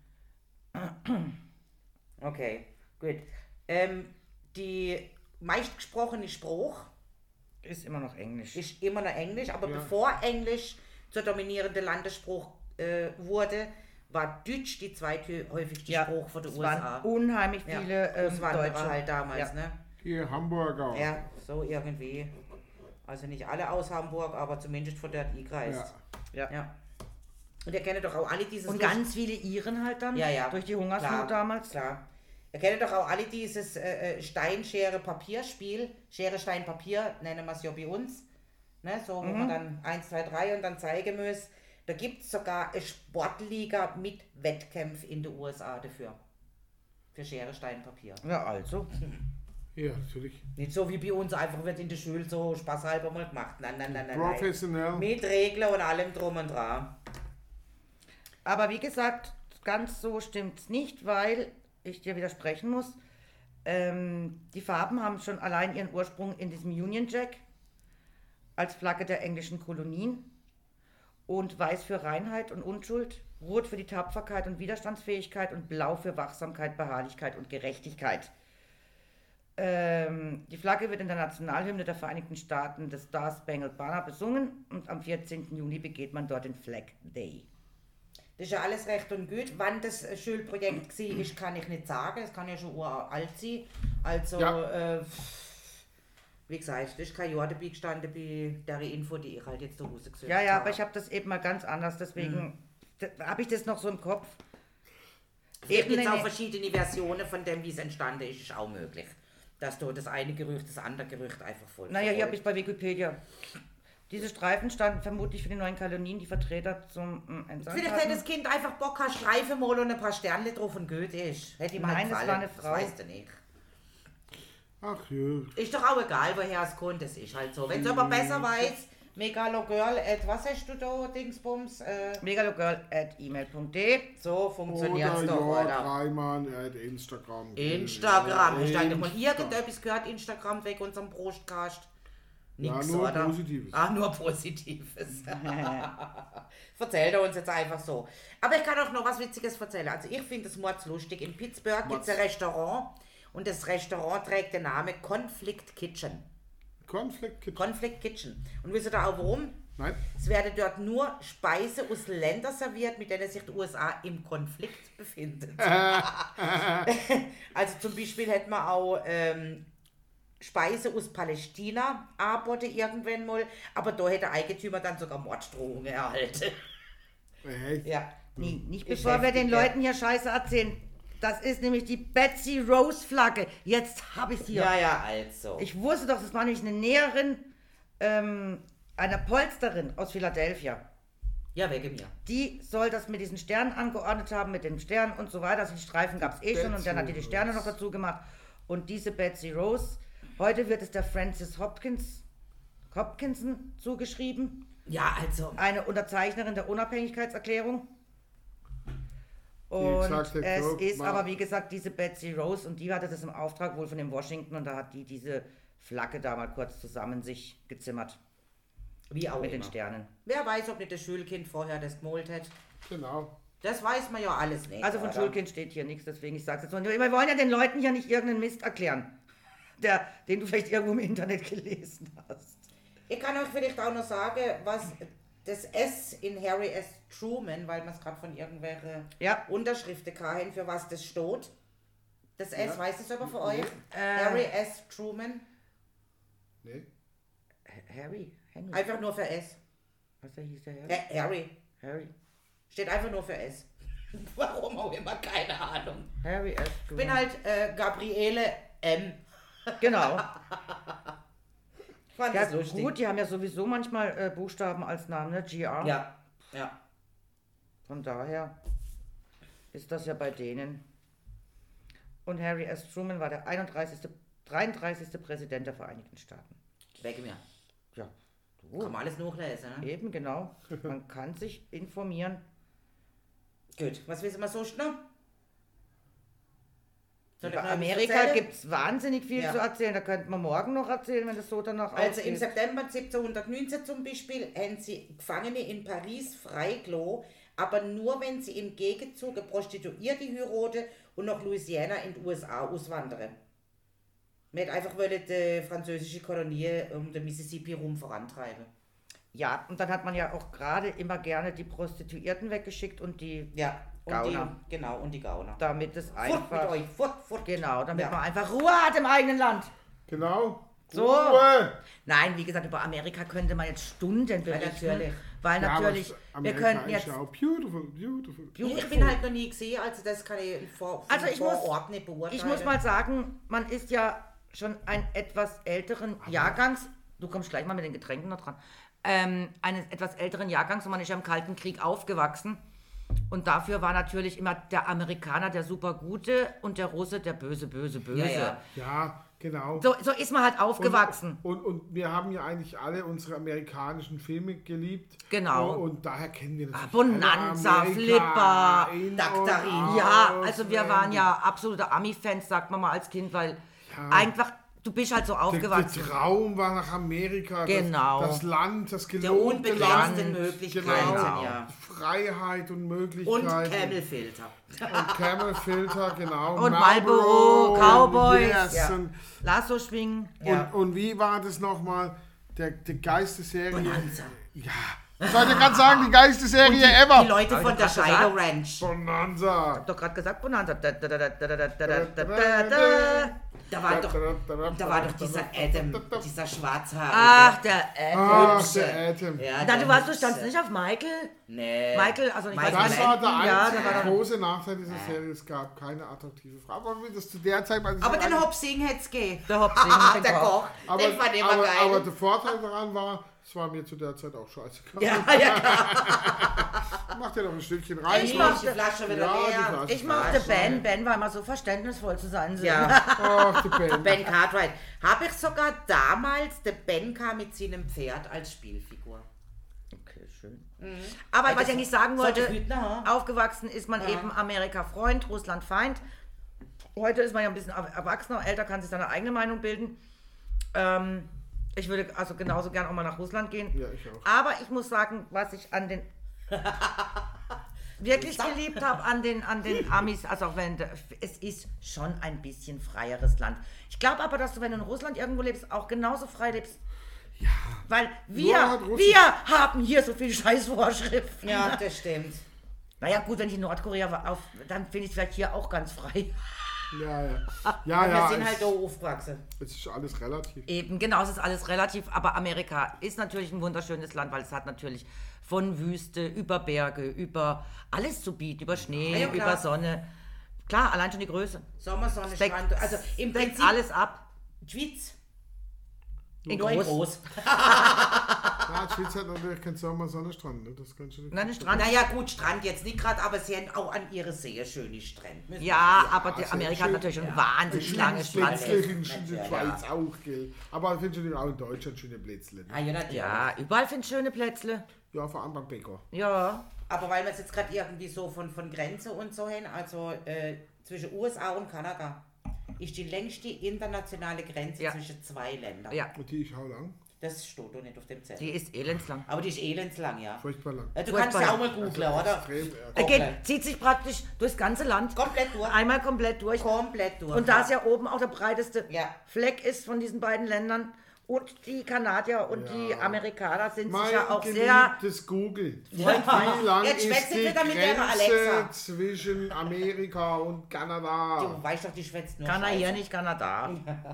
Okay, gut. Ähm, die meistgesprochene Spruch Ist immer noch Englisch. ist immer noch Englisch, aber Ja. bevor Englisch zur dominierenden Landesspruch äh, wurde, war Deutsch die zweithäufigste Ja, Spruch von den es U S A. waren unheimlich Ja, viele ähm, Auswanderer Deutsche. halt damals, Ja. ne? Hier, Hamburger. Ja, so irgendwie. Also nicht alle aus Hamburg, aber zumindest von dort eingereist. Ja. Ja. Und ihr kennt doch auch alle dieses... Und Lust- ganz viele Iren halt dann, Ja, ja. durch die Hungersnot Klar, damals. Klar. Ihr kennt doch auch alle dieses äh, äh, Stein, Schere, Papier Spiel. Schere, Stein, Papier nennen wir es ja bei uns. Ne, so, wo Mhm. man dann eins, zwei, drei und dann zeigen muss. Da gibt es sogar eine Sportliga mit Wettkämpfen in den U S A dafür. Für Schere, Stein, Papier. Ja, also. Ja, natürlich. Nicht so wie bei uns, einfach wird in der Schule so spaßhalber mal gemacht. Nein, nein, nein, nein. nein. Professionell. Mit Regeln und allem drum und dran. Aber wie gesagt, ganz so stimmt's nicht, weil ich dir widersprechen muss. Ähm, die Farben haben schon allein ihren Ursprung in diesem Union Jack als Flagge der englischen Kolonien. Und weiß für Reinheit und Unschuld, rot für die Tapferkeit und Widerstandsfähigkeit und blau für Wachsamkeit, Beharrlichkeit und Gerechtigkeit. Ähm, die Flagge wird in der Nationalhymne der Vereinigten Staaten des Star Spangled Banner besungen und am vierzehnten Juni begeht man dort den Flag Day. Das ist ja alles recht und gut. Wann das äh, Schulprojekt war, ist, kann ich nicht sagen. Es kann ja schon uralt sein. Also, Ja. äh, Wie gesagt, das ist kein Jahr dabei gestanden bei der Info, die ich halt jetzt zu Hause gesucht Ja, ja, habe. aber ich habe das eben mal ganz anders, deswegen mhm. habe ich das noch so im Kopf. Vielleicht gibt es Eben, auch verschiedene Versionen von dem, wie es entstanden ist, ist auch möglich. Dass du das eine Gerücht, das andere Gerücht einfach voll. Naja, hier habe ich bei Wikipedia. Diese Streifen standen vermutlich für die neuen Kolonien, die Vertreter zum äh, Entsandt Vielleicht hätte das Kind einfach Bock, ein Streifen mal und ein paar Sterne drauf und gut ist. Hätte ihm Nein, halt das gefallen. war eine Frau. Das weißt du nicht. Ach ja. Ist doch auch egal, woher es kommt, das ist halt so. Wenn es aber besser weiß, Megalogirl, at was hast du da, Dingsbums? Äh, megalogirl at e mail punkt de. so funktioniert es Oder doch, ja, oder? Dreimann at Instagram. Instagram. Hast du eigentlich mal Insta. irgendetwas gehört, Instagram wegen unserem Brustcast? Nix, Ja, nur oder? Positives. Ah, nur Positives. Erzählt er uns jetzt einfach so. Aber ich kann auch noch was Witziges erzählen. Also ich finde es mordslustig. In Pittsburgh gibt es ein Restaurant und das Restaurant trägt den Namen Conflict Kitchen. Conflict Kitchen. Conflict Kitchen. Und wisst ihr da auch warum? Nein? Es werden dort nur Speise aus Ländern serviert, mit denen sich die U S A im Konflikt befindet. Also zum Beispiel hätten wir auch ähm, Speise aus Palästina angeboten irgendwann mal, aber da hätte der Eigentümer dann sogar Morddrohungen erhalten. Echt? Ja. Nee, nicht Ich bevor wir den heftige. Leuten hier Scheiße erzählen. Das ist nämlich die Betsy Rose Flagge. Jetzt habe ich sie. Ja, ja, also. Ich wusste doch, das war nämlich eine Näherin ähm, einer Polsterin aus Philadelphia. Ja, wegen mir. Die soll das mit diesen Sternen angeordnet haben, mit den Sternen und so weiter. Also die Streifen gab es eh schon und dann hat die die Sterne noch dazu gemacht. Und diese Betsy Rose, heute wird es der Francis Hopkins, Hopkinson zugeschrieben. Ja, also. Eine Unterzeichnerin der Unabhängigkeitserklärung. Und gesagt hat, es so, ist mal- aber wie gesagt diese Betsy Rose und die hatte das im Auftrag wohl von dem Washington und da hat die diese Flagge da mal kurz zusammen sich gezimmert Wie auch mit den immer. Sternen. Wer weiß, ob nicht das Schulkind vorher das gemalt hat. Genau. Das weiß man ja alles nicht. Also von oder? Schulkind steht hier nichts, deswegen ich sage es jetzt so. Wir wollen ja den Leuten ja nicht irgendeinen Mist erklären, der, den du vielleicht irgendwo im Internet gelesen hast. Ich kann euch vielleicht auch noch sagen, was das S in Harry S. Truman, weil man es gerade von irgendwelchen Ja. Unterschriften kann, für was das steht. Das S, Ja. weiß es aber für euch? Äh. Harry S. Truman. Nee. Harry, Henry, Einfach nur für S. was da hieß der Harry? Äh, Harry. Harry, Steht einfach nur für S. Warum auch immer, keine Ahnung. Harry S. Ich bin halt äh, Gabriele M. Genau. Fand Ja, das lustig. gut, die haben ja sowieso manchmal äh, Buchstaben als Namen, ne? G R. Ja, ja. Von daher ist das ja bei denen. Und Harry S. Truman war der einunddreißigste, dreiunddreißigste Präsident der Vereinigten Staaten. Wegen mir. Ja, Kann man alles nachlesen, ne? eben genau. Man kann sich informieren. Gut, was wissen wir sonst noch? Soll ich Über noch etwas Amerika erzählen? gibt es wahnsinnig viel Ja. zu erzählen. Da könnten wir morgen noch erzählen, wenn das so danach Also im ausgeht. September siebzehnhundertneunzehn zum Beispiel haben sie Gefangene in Paris freigelassen, aber nur wenn sie im Gegenzug eine Prostituierte heiraten und nach Louisiana in die U S A auswandern. Man hätte einfach wollen die französische Kolonie um den Mississippi rum vorantreiben. Ja, und dann hat man ja auch gerade immer gerne die Prostituierten weggeschickt und die, Ja, und Gauner. die, genau, und die Gauner. damit es Fort mit einfach, euch, fort, fort. genau, damit Ja. man einfach Ruhe hat im eigenen Land. Genau. So. Ruhe. Nein, wie gesagt, über Amerika könnte man jetzt Stunden berichten. natürlich. Weil Ja, aber natürlich, wir Amerika könnten ist jetzt... ja auch beautiful, beautiful. Ich bin halt noch nie gesehen, also das kann ich vor, Also ich vor muss- Ort nicht beurteilen. Ich muss mal sagen, man ist ja schon ein etwas älteren Jahrgangs... Du kommst gleich mal mit den Getränken noch dran. Ähm, eines etwas älteren Jahrgangs und man ist ja im Kalten Krieg aufgewachsen. Und dafür war natürlich immer der Amerikaner der super Gute und der Russe der böse, böse, böse. Ja, ja. Ja, genau. So, so ist man halt aufgewachsen. Und, und, und wir haben ja eigentlich alle unsere amerikanischen Filme geliebt. Genau. Und, und daher kennen wir natürlich Bonanza, alle Flipper, in und Daktarin. Ja, aus, also wir waren ja absolute Ami-Fans, sagt man mal als Kind, weil Ja. einfach, du bist halt so Der, der aufgewachsen. Traum war nach Amerika. Genau. Das, das Land, das Der gelobte unbegrenzten Land. Möglichkeiten, Genau. ja. Freiheit und Und Möglichkeiten. Camelfilter. Und Camelfilter, genau. Und Marlboro, Cowboys. Yes. Ja. Und, Lasso schwingen. Ja. und, und wie war das nochmal? Der, die geilste Serie. Bonanza. Ja. Ich sollte gerade sagen, die geilste Serie ever. Die Leute Hab von ich der doch grad Shiloh gesagt? Ranch. Bonanza. Doch gerade gesagt, Bonanza. Da, da, da, da, da, da, da, da, da, da. Da war doch, da war doch dieser Adam, dieser Schwarzhaarige. Ach, der Adam. Ach, der Adam. Ja, Na, der du warst, du Hübsche. standst nicht auf Michael? Nee. Michael, also ich weiß Michael nicht. Das war der Ja, einzige der war doch- große Nachteil dieser Serie. Es gab keine attraktive Frau. Aber wie das zu der Zeit... Weil Aber sie den alle- Hop Sing hätte es gegeben. Der Hop Sing, Ah, den der Koch. Koch. Aber, Den fand ich immer aber, geil. aber der Vorteil daran war, es war mir zu der Zeit auch scheißegal. ja, ja, Macht ja noch ein Stückchen rein. Ich ich mach- mach die Flasche wieder Ja, die leer. Flasche. Ich mochte Ben. Ben war immer so verständnisvoll zu sein. Ja, Ach, die Ben. Ben Cartwright. Habe ich sogar damals, der Ben kam mit seinem Pferd als Spielfigur. Okay, schön. Aber Ey, was das ich eigentlich sagen sollte wollte, Hütner, ha? aufgewachsen ist man eben Amerika-Freund, Russland-Feind. Heute ist man ja ein bisschen erwachsener, älter, kann sich seine eigene Meinung bilden. Ähm, ich würde also genauso gern auch mal nach Russland gehen. Ja, ich auch. Aber ich muss sagen, was ich an den wirklich geliebt habe an den, an den Amis, also auch wenn es ist schon ein bisschen freieres Land. Ich glaube aber, dass du, wenn du in Russland irgendwo lebst, auch genauso frei lebst. Ja. Weil wir, halt Russisch. wir haben hier so viel Scheißvorschriften. Ja, das stimmt. Naja gut, wenn ich in Nordkorea war, auf, dann finde ich es vielleicht hier auch ganz frei. Ja, ja. Ja, Wir ja. sind es, halt da aufgewachsen. es ist alles relativ. Eben, genau, es ist alles relativ, aber Amerika ist natürlich ein wunderschönes Land, weil es hat natürlich von Wüste über Berge, über alles zu bieten, über Schnee, Ja, ja, klar. über Sonne. Klar, allein schon die Größe. Sommer, Sonne, Deckt- Strand. Also im deckt Prinzip alles ab. Schweiz. In Nur in groß. groß. Ja, die Schweiz hat natürlich keinen Sommer, Sonnenstrand. Ne? Das kannst du nicht. Nein, ein Strand. Naja, gut, Strand jetzt nicht gerade, aber sie haben auch an ihre sehr schöne Strände. Müssen wir Ja, sagen. aber die sehr Amerika schön. hat natürlich schon wahnsinnig lange Plätzle Strand. findest du in der Schweiz auch, gell. Aber findest du auch in Deutschland schöne Plätzle. Ah, Ne? ja, natürlich. Ja, überall sind schöne Plätzle. Ja, vor allem beim Bäcker. Ja. Aber weil wir es jetzt gerade irgendwie so von, von Grenze und so hin, also äh, zwischen U S A und Kanada, ist die längste internationale Grenze Ja. zwischen zwei Ländern. Ja, Und die ist how lang? Das steht doch nicht auf dem Zettel. die ist elendslang. Aber die ist elendslang, ja. Furchtbar lang. Äh, Du Furchtbar kannst ja auch lang. mal googlen, oder? Extrem, ja. Er Okay. geht, zieht sich praktisch durchs ganze Land. Komplett durch. Einmal komplett durch. Komplett durch. Und da es ja oben auch der breiteste Ja. Fleck ist von diesen beeden Ländern und die Kanadier und die Amerikaner sind sich Mein ja auch sehr... geliebtes Google. Ja. Wie lang Jetzt ist schwätzt die wieder mit der Grenze Alexa. zwischen Amerika und Kanada? Du weißt doch, die schwätzt nur Kann er hier Scheiße. nicht, Kanada.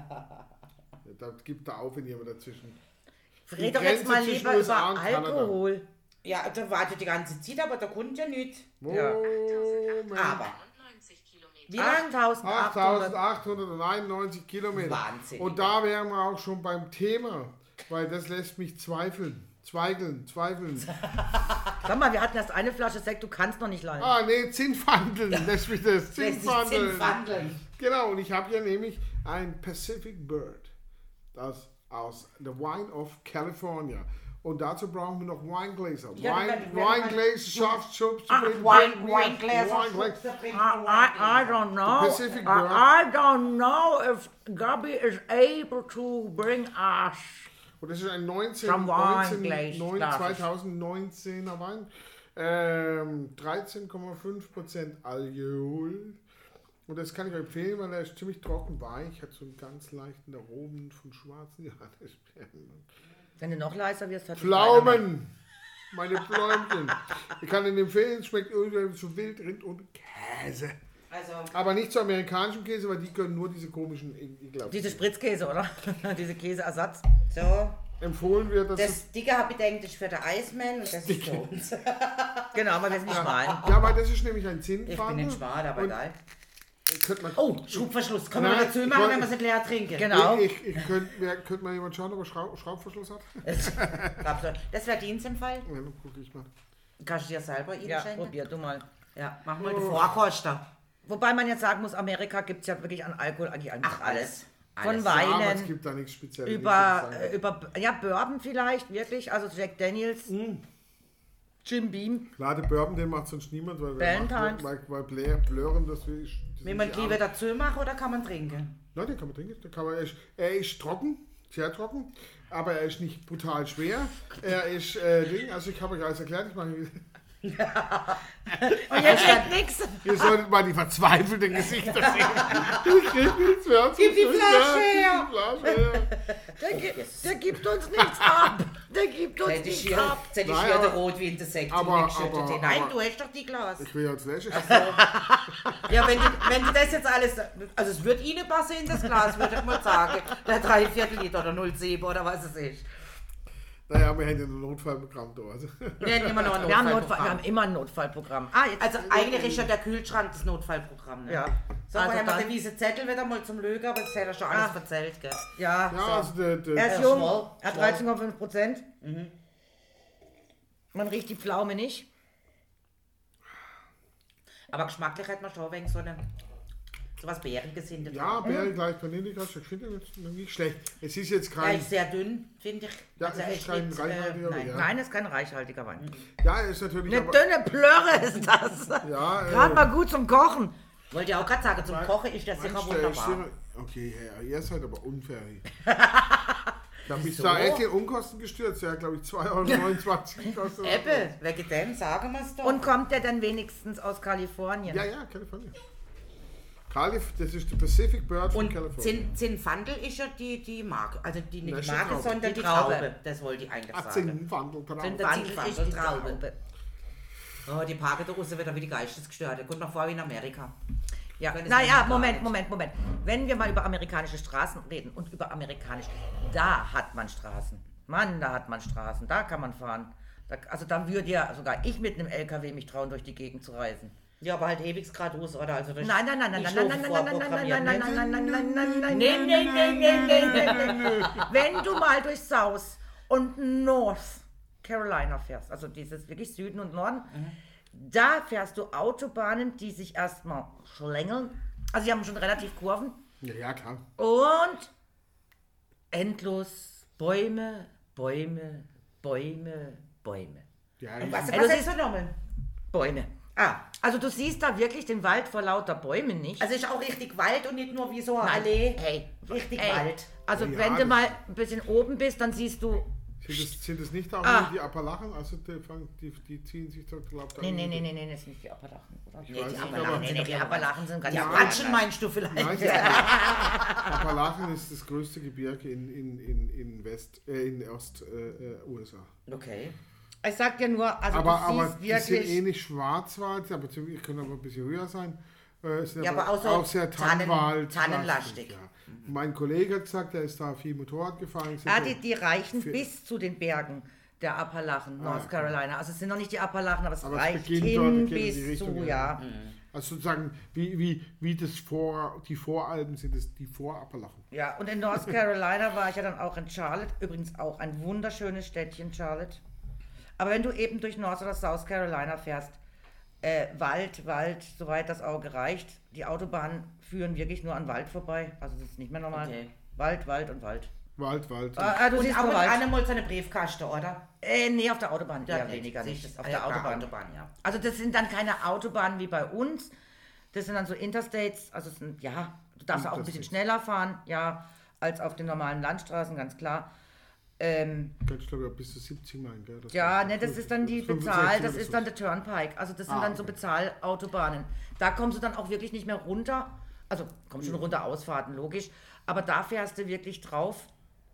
Da gibt er auf, wenn jemand dazwischen. Red doch Grenze jetzt mal zwischen lieber U S A über und Kanada. Alkohol. Ja, da wartet die ganze Zeit, aber da kommt ja nichts. Ja. Moment. Aber, neunzig Kilometer. wie lang? achttausendachthundert. achttausendachthunderteinundneunzig Kilometer. Wahnsinn. Und da wären wir auch schon beim Thema, weil das lässt mich zweifeln. Zweigeln, zweifeln. Sag mal, wir hatten erst eine Flasche Sekt, du kannst noch nicht leiden. Ah, nee, Zinnfandeln, lässt mich das. Lässt sich Zinnfandeln. Zinnfandeln. Genau, und ich habe hier nämlich ein Pacific Bird. Das aus The Wine of California. Und dazu brauchen wir noch Weingläser. Ja, Wine, wir werden- wir Weingläser werden- schafft Schubs zu Ah, bringen. Wein, Bier, Weingläser. Weingläser. I, I, I don't know. Pacific I, Bird. I don't know if Gabi is able to bring us. Und das ist ein neunzehn, From neunzehn, Weinglas, neun- darf ich. zweitausendneunzehner Wein. Ähm, dreizehn Komma fünf Prozent Alkohol. Und das kann ich euch empfehlen, weil er ist ziemlich trocken weich, hat so einen ganz leichten Aromen von schwarzen Johannisbeeren. Wenn du noch leiser wirst, hat keiner mehr. Pflaumen! Meine Pfläumchen. Ich kann Ihnen empfehlen, es schmeckt irgendwie zu Wildrind und Käse. Also, Aber nicht zu amerikanischem Käse, weil die können nur diese komischen, ich glaube, Diese Spritzkäse, oder? Diese Käseersatz. so. empfohlen wird, dass Das dicke habe ich gedacht, ist für den Iceman und das ist für uns. Genau, aber wir sind nicht schmal. ja, weil das ist nämlich ein Ich bin Zinnpfanne. nicht schmal, aber Und geil. könnte man, Oh, Schubverschluss. Kann man Nein, dazu ich machen, wollte- wenn wir es nicht leer trinken? Genau. Ich, ich könnte, wer, könnte mal jemand schauen, ob er Schraub, Schraubverschluss hat? Das wäre Dienst im Fall. Ja, dann gucke ich mal. Kannst du dir selber Ja, einschenken? probier du mal. Ja, mach mal die Vorkoster. Wobei man jetzt sagen muss, Amerika gibt es ja wirklich an Alkohol eigentlich einfach Ach, alles. alles. Von Alles. Ja, aber es Weinen gibt da nichts Spezielles. über, nichts äh, zu sagen. über, ja, Bourbon vielleicht, wirklich, also Jack Daniels, Mm. Jim Beam. Klar, der Bourbon, den macht sonst niemand, weil, wer macht, Valentine's. weil, weil Blä- Blören, das will ich. das Will man ist die ja- lieber dazu machen oder kann man trinken? Nein, den kann man trinken. Den kann man, er, ist, er ist trocken, sehr trocken, aber er ist nicht brutal schwer. Er ist, äh, Ding, also ich habe euch alles erklärt, ich mache. Und jetzt steht nix. Ihr solltet mal die verzweifelten Gesichter sehen. Ich krieg nichts mehr. Gib die Flasche Ja, her. gib die Flasche her. Der, gi- der gibt uns nichts ab. Der gibt uns Hätte ich nichts hier, ab. jetzt hätte ich Nein, hier aber- den Rotwein, der Sekt aber- hineingeschüttet. aber- Nein, aber- du hast doch die Glas. Ich will ja als Flasche. Ja, wenn du, wenn du das jetzt alles... Also es wird Ihnen passen in das Glas, würde ich mal sagen. Der drei Viertel Liter oder null Komma sieben oder was es ist. Naja, wir haben ja ein Notfallprogramm da. Also. Wir haben immer noch ein Wir haben, Notfall, wir Notfallprogramm. haben immer ein Notfallprogramm. Ah, jetzt. Also eigentlich ist ja der Kühlschrank das Notfallprogramm. Ne? ja. So, Also also haben wir dann- den weißen Zettel wieder mal zum Lügen, aber das hat er schon alles Ah. erzählt, gell? Ja, Ja, so. also der, der, Er ist Ja, jung, schwoll, er hat schwoll. dreizehn Komma fünf Prozent. Man riecht die Pflaume nicht. Aber geschmacklich hat man schon ein wenig so, eine, so was Bäriges hinter ja, Beere gleich Vanillegas, ich finde das nicht schlecht. Es ist jetzt Er kein. ist sehr dünn, finde ich. Ja, Also es er ist kein nicht, reichhaltiger, nein. ja. Nein, ist kein reichhaltiger Wein. Ja, er ist natürlich. Eine aber, dünne Plörre ist das. ja, Gerade mal gut zum Kochen. Wollte ich auch gerade sagen, zum Mein- Kochen ist das Meinst sicher du, der ist wunderbar. sicher- Okay, Herr, ihr seid aber unfair. Ich habe mich Wieso? da echt in Unkosten gestürzt. Der hat, glaube ich, zwei Euro neunundzwanzig gekostet. Ebbe, wegen dem sagen wir es doch. Und kommt der dann wenigstens aus Kalifornien? Ja, ja, Kalifornien. Calif, das ist der Pacific Bird von Und Kalifornien. Zin, Zinfandel ist ja die, die Marke, also die, nicht Nein, die ist die Marke, Traube. sondern Die die Traube. Traube. Das wollte ich eigentlich Ah, sagen. Zinfandel, Traube. Zin- Wandel Zinfandel, ist die Traube. Traube. Oh, die Parke da draußen wieder wie die Geistesgestörte. Kommt noch vor wie in Amerika. Ja, Können es naja, nämlich gar Moment, nicht. Moment, Moment. Wenn wir mal über amerikanische Straßen reden und über amerikanisch, da hat man Straßen. Mann, da hat man Straßen, da kann man fahren. Da, also da würde ja sogar ich mit einem L K W mich trauen, durch die Gegend zu reisen. Ja, aber halt ewig geradeaus, oder? Also durch Nein, nein, nein, nein, die nein, nein, nein, Schlaufe nein, nein, nein, nein, vorprogrammiert, nein, ne? nein, nein, nein, nein, nein, Nee, nee, nee, nee, nee, nee, nee. Wenn du mal durch South und North Carolina fährst, also dieses wirklich Süden und Norden, da fährst du Autobahnen, die sich erstmal schlängeln. Also die haben schon relativ Kurven. Ja, ja, klar. Und endlos Bäume, Bäume, Bäume, Bäume. Ja, Und ich- was, Ey, was du hast du genommen? Bäume. Ah, Also du siehst da wirklich den Wald vor lauter Bäumen nicht. also ist auch richtig Wald und nicht nur wie so eine Nein. Allee. Hey, Richtig ey. Wald. Also Ja, wenn du das- mal ein bisschen oben bist, dann siehst du... Sind es, sind es nicht auch Ah. nur die Appalachen? Also die, fangen- die, die ziehen sich dort, glaube ich, Nee, nee, nee, nee, nee, das sind nicht die Appalachen, oder? Ich Nee, weiß die nicht, Appalachen aber Nee, sind nee, doch die immer- Appalachen sind ganz Die anders. Apatschen meinst du vielleicht? Nein, die Appalachen ist das größte Gebirge in, in, in, in West, äh, in Ost-U S A. Okay. Ich sag dir nur, also aber du aber siehst die sind wirklich... ähnlich Schwarzwald, aber die können aber ein bisschen höher sein. Äh, sind Ja, aber auch so auch sehr Tannen- Tannenwald. tannenlastig. Ja. Mein Kollege hat gesagt, er ist da viel Motorrad gefahren. Ah, die, die reichen Für- bis zu den Bergen der Appalachen, Ah, North okay. Carolina. Also es sind noch nicht die Appalachen, aber es Aber es reicht beginnt hin dort, beginnt in bis die Richtung, zu, ja. ja. Also sozusagen, wie, wie, wie das Vor, die Voralpen sind es die Vorappalachen. Ja, und in North Carolina war ich ja dann auch in Charlotte. Übrigens auch ein wunderschönes Städtchen, Charlotte. Aber wenn du eben durch North oder South Carolina fährst, äh, Wald, Wald, soweit das Auge reicht. Die Autobahnen führen wirklich nur an Wald vorbei. Also das ist nicht mehr normal. Okay. Wald, Wald und Wald. Wald, Wald. Ah, ah, du Und siehst auch nur mit Wald. einem mal so eine Briefkaste, oder? Äh, nee, auf der Autobahn eher nicht. weniger Siehst nicht. du, Auf ah, der ja, Autobahn. Autobahn, ja. Also das sind dann keine Autobahnen wie bei uns. Das sind dann so Interstates. Also es sind, ja, du darfst auch ein bisschen Interstates. schneller fahren, ja, als auf den normalen Landstraßen, ganz klar. Ähm, Kannst du, glaube ich, bis zu siebzig Meilen, gell? Das ja, ist ne, das ist dann die fünfundsechzig Bezahl, das oder ist so. dann der Turnpike. Also das sind Ah, dann so okay. Bezahlautobahnen. Da kommst du dann auch wirklich nicht mehr runter. Also kommst schon runter, Ausfahrten, logisch. Aber da fährst du wirklich drauf.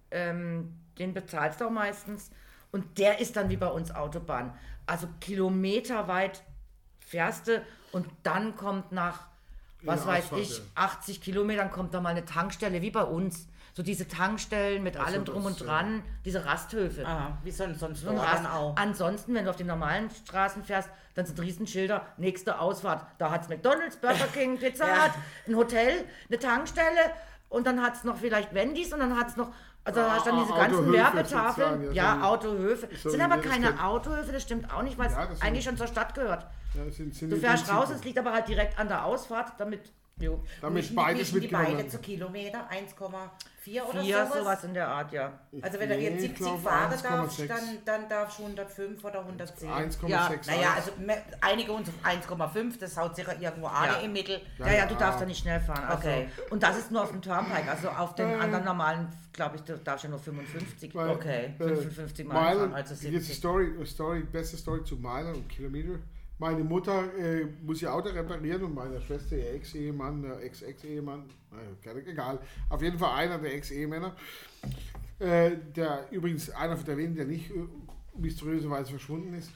Ähm, den bezahlst du auch meistens. Und der ist dann wie bei uns Autobahn. Also kilometerweit fährst du und dann kommt nach, was Ja, weiß Asphalt, ich, ja. achtzig Kilometern kommt da mal eine Tankstelle, wie bei uns. So diese Tankstellen mit Also allem drum das, und dran, diese Rasthöfe. Aha, wie sonst, sonst So ein dort Rast. dann auch. Ansonsten, wenn du auf den normalen Straßen fährst, dann sind Riesenschilder, nächste Ausfahrt. Da hat es McDonalds, Burger King, Pizza Ja. Hut, ein Hotel, eine Tankstelle und dann hat es noch vielleicht Wendy's und dann hat es noch, also da Ah, standen diese ah, ganzen Autohöfe Werbetafeln. sozusagen, Ja, ja, so wie- Autohöfe. so sind wie aber wir das keine kennen. Autohöfe, das stimmt auch nicht, weil es Ja, das sind- eigentlich schon zur Stadt gehört. Ja, das sind, sind Du im fährst Prinzip- raus, es liegt aber halt direkt an der Ausfahrt, damit, jo, Damit Mischen- beides mischen die mitgenommen beide werden. zu Kilometer, eins Komma vier oder vier, sowas? sowas in der Art, ja. Also wenn du Nee, jetzt ich siebzig glaube fahren eins Komma darfst, sechs. dann, dann darfst du hundertfünf oder hundertzehn. eins Komma Ja, sechs. Naja, also me- einige uns auf eins Komma fünf, das haut sicher irgendwo alle Ja. im Mittel. Ja, ja, du ja. darfst da nicht schnell fahren. Also, Okay. Und das ist nur auf dem Turnpike. Also auf den anderen normalen, glaube ich, du darfst ja nur fünfundfünfzig. Weil, Okay. äh, fünfundfünfzig Mal Meilen, fahren, also jetzt siebzig. Story, Story, beste Story zu Meilen und Kilometer. Meine Mutter äh, muss ihr Auto reparieren und meine Schwester, ihr Ex-Ehemann, äh, Ex-Ex-Ehemann, naja, egal. Auf jeden Fall einer der Ex-Ehemänner. äh, der übrigens einer von der wenigen, der nicht äh, mysteriöserweise verschwunden ist.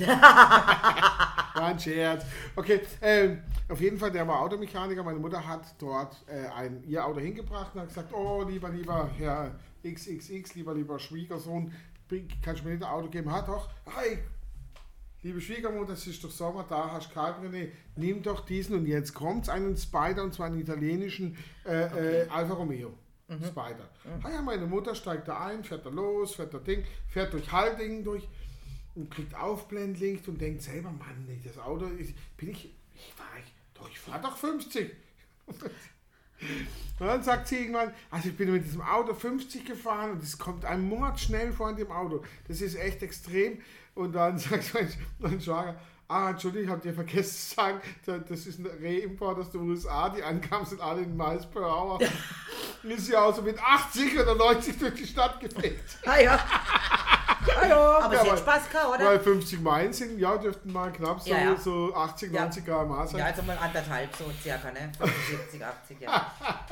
War ein Scherz. Okay, ähm, auf jeden Fall, der war Automechaniker. Meine Mutter hat dort äh, ein, ihr Auto hingebracht und hat gesagt, oh, lieber, lieber Herr X X X, lieber, lieber Schwiegersohn, kannst du mir nicht ein Auto geben? Ha, doch. Hi, liebe Schwiegermutter, es ist doch Sommer, da hast du Cabernet, nimm doch diesen und jetzt kommt's, einen Spider, und zwar einen italienischen äh, okay. äh, Alfa Romeo. Mhm. Spider. Mhm. Ah ja, meine Mutter steigt da ein, fährt da los, fährt da Ding, fährt durch Haldingen durch und kriegt Aufblendlicht und denkt selber, Mann, nee, das Auto ist, bin ich, ich fahr ich, doch, ich fahr doch fünfzig. Und dann sagt sie irgendwann, also ich bin mit diesem Auto fünfzig gefahren und es kommt einem Mord schnell vor in dem Auto. Das ist echt extrem. Und dann sagt mein, mein Schwager, ah, Entschuldigung, ich habe dir vergessen zu sagen, das ist ein Reimport aus den U S A, die ankamen, sind alle in Miles per Hour. Und ist ja auch so mit achtzig oder neunzig durch die Stadt gefegt. Ah ja. Ah ja. Aber es hat Spaß gehabt, oder? Weil fünfzig Meilen sind, ja, dürften mal knapp so, ja, ja. so achtzig, neunzig ja. Kilometer pro Stunde sein. Ja, also mal anderthalb so circa, ne? fünfundsiebzig, achtzig, ja.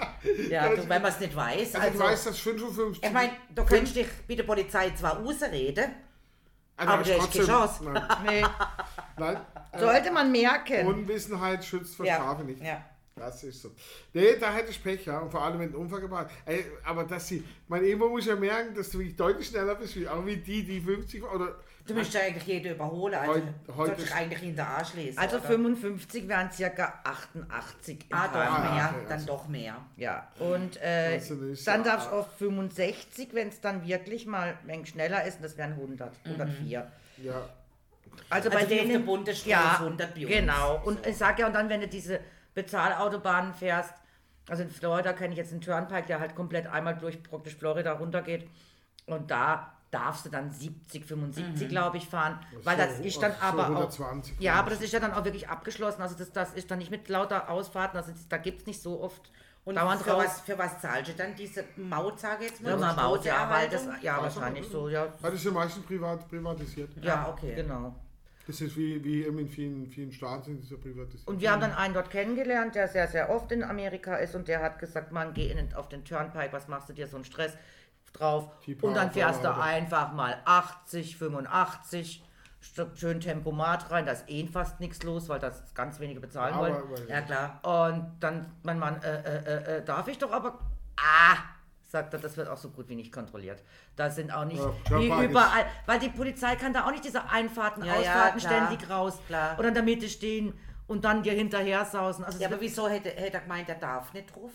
Ja, du, wenn man es nicht weiß. Also, also ich weiß, dass fünfundfünfzig... Ich meine, du könntest dich bei der Polizei zwar rausreden, aber, aber du hast keine Chance. Nein. Nee. Nein. Sollte man merken. Unwissenheit schützt vor ja. Strafe nicht. Ja. Das ist so. Nee, da hätte ich Pech, ja. Und vor allem, wenn ein Unfall gebracht. Ey, aber dass sie, mein Emo muss ja merken, dass du wirklich deutlich schneller bist, wie, auch wie die, die fünfzig oder. Du müsstest eigentlich jeden überholen, also heute, heute solltest du eigentlich in den Arsch lesen. Also oder? fünfundfünfzig wären circa achtundachtzig. Ah, doch Ah, mehr, okay, dann also. doch mehr. Ja, und äh, Also dann ja, darfst du auf fünfundsechzig, wenn es dann wirklich mal ein wenig schneller ist, und das wären hundert, hundertvier. Ja. Also, Also bei die auf der denen, Bundesstraße ja, ist hundert bei uns. genau. Und ich sage ja, und dann, wenn du diese Bezahlautobahnen fährst, also in Florida kenne ich jetzt einen Turnpike, der halt komplett einmal durch praktisch Florida runtergeht, und da darfst du dann siebzig, fünfundsiebzig, mhm. glaube ich, fahren, Das weil so, das ist dann so aber hundertzwanzig, auch, ja, aber das ist ja dann auch wirklich abgeschlossen, also das, das ist dann nicht mit lauter Ausfahrten, also das, da gibt es nicht so oft. Und dauernd für raus. was, für was zahlst du dann diese Maut, sage ich jetzt mal? Ja, mal Maut, ja, weil das, Straßenerhaltung? ja, wahrscheinlich so, ja. Das ist ja meistens privat, privatisiert. Ja, okay. Genau. Das ist wie, wie in vielen, vielen Staaten sind es ja privatisiert. Und wir haben dann einen dort kennengelernt, der sehr, sehr oft in Amerika ist, und der hat gesagt, Mann, geh in, auf den Turnpike, was machst du dir so einen Stress drauf? Die Und dann fährst du Power- einfach mal achtzig, fünfundachtzig, schön Tempomat rein, da ist eh fast nichts los, weil das ganz wenige bezahlen Aber- wollen. aber- Ja, klar. Und dann, mein Mann, äh, äh, äh, darf ich doch aber, ah, sagt er, das wird auch so gut wie nicht kontrolliert. Da sind auch nicht, Ja, wie Turnpike überall, weil die Polizei kann da auch nicht diese Einfahrten, Ja, ja, Ausfahrten klar, ständig raus klar. oder in der Mitte stehen und dann dir hinterher sausen. Also Ja, es aber wird- wieso hätte, hätte er gemeint, er darf nicht drauf?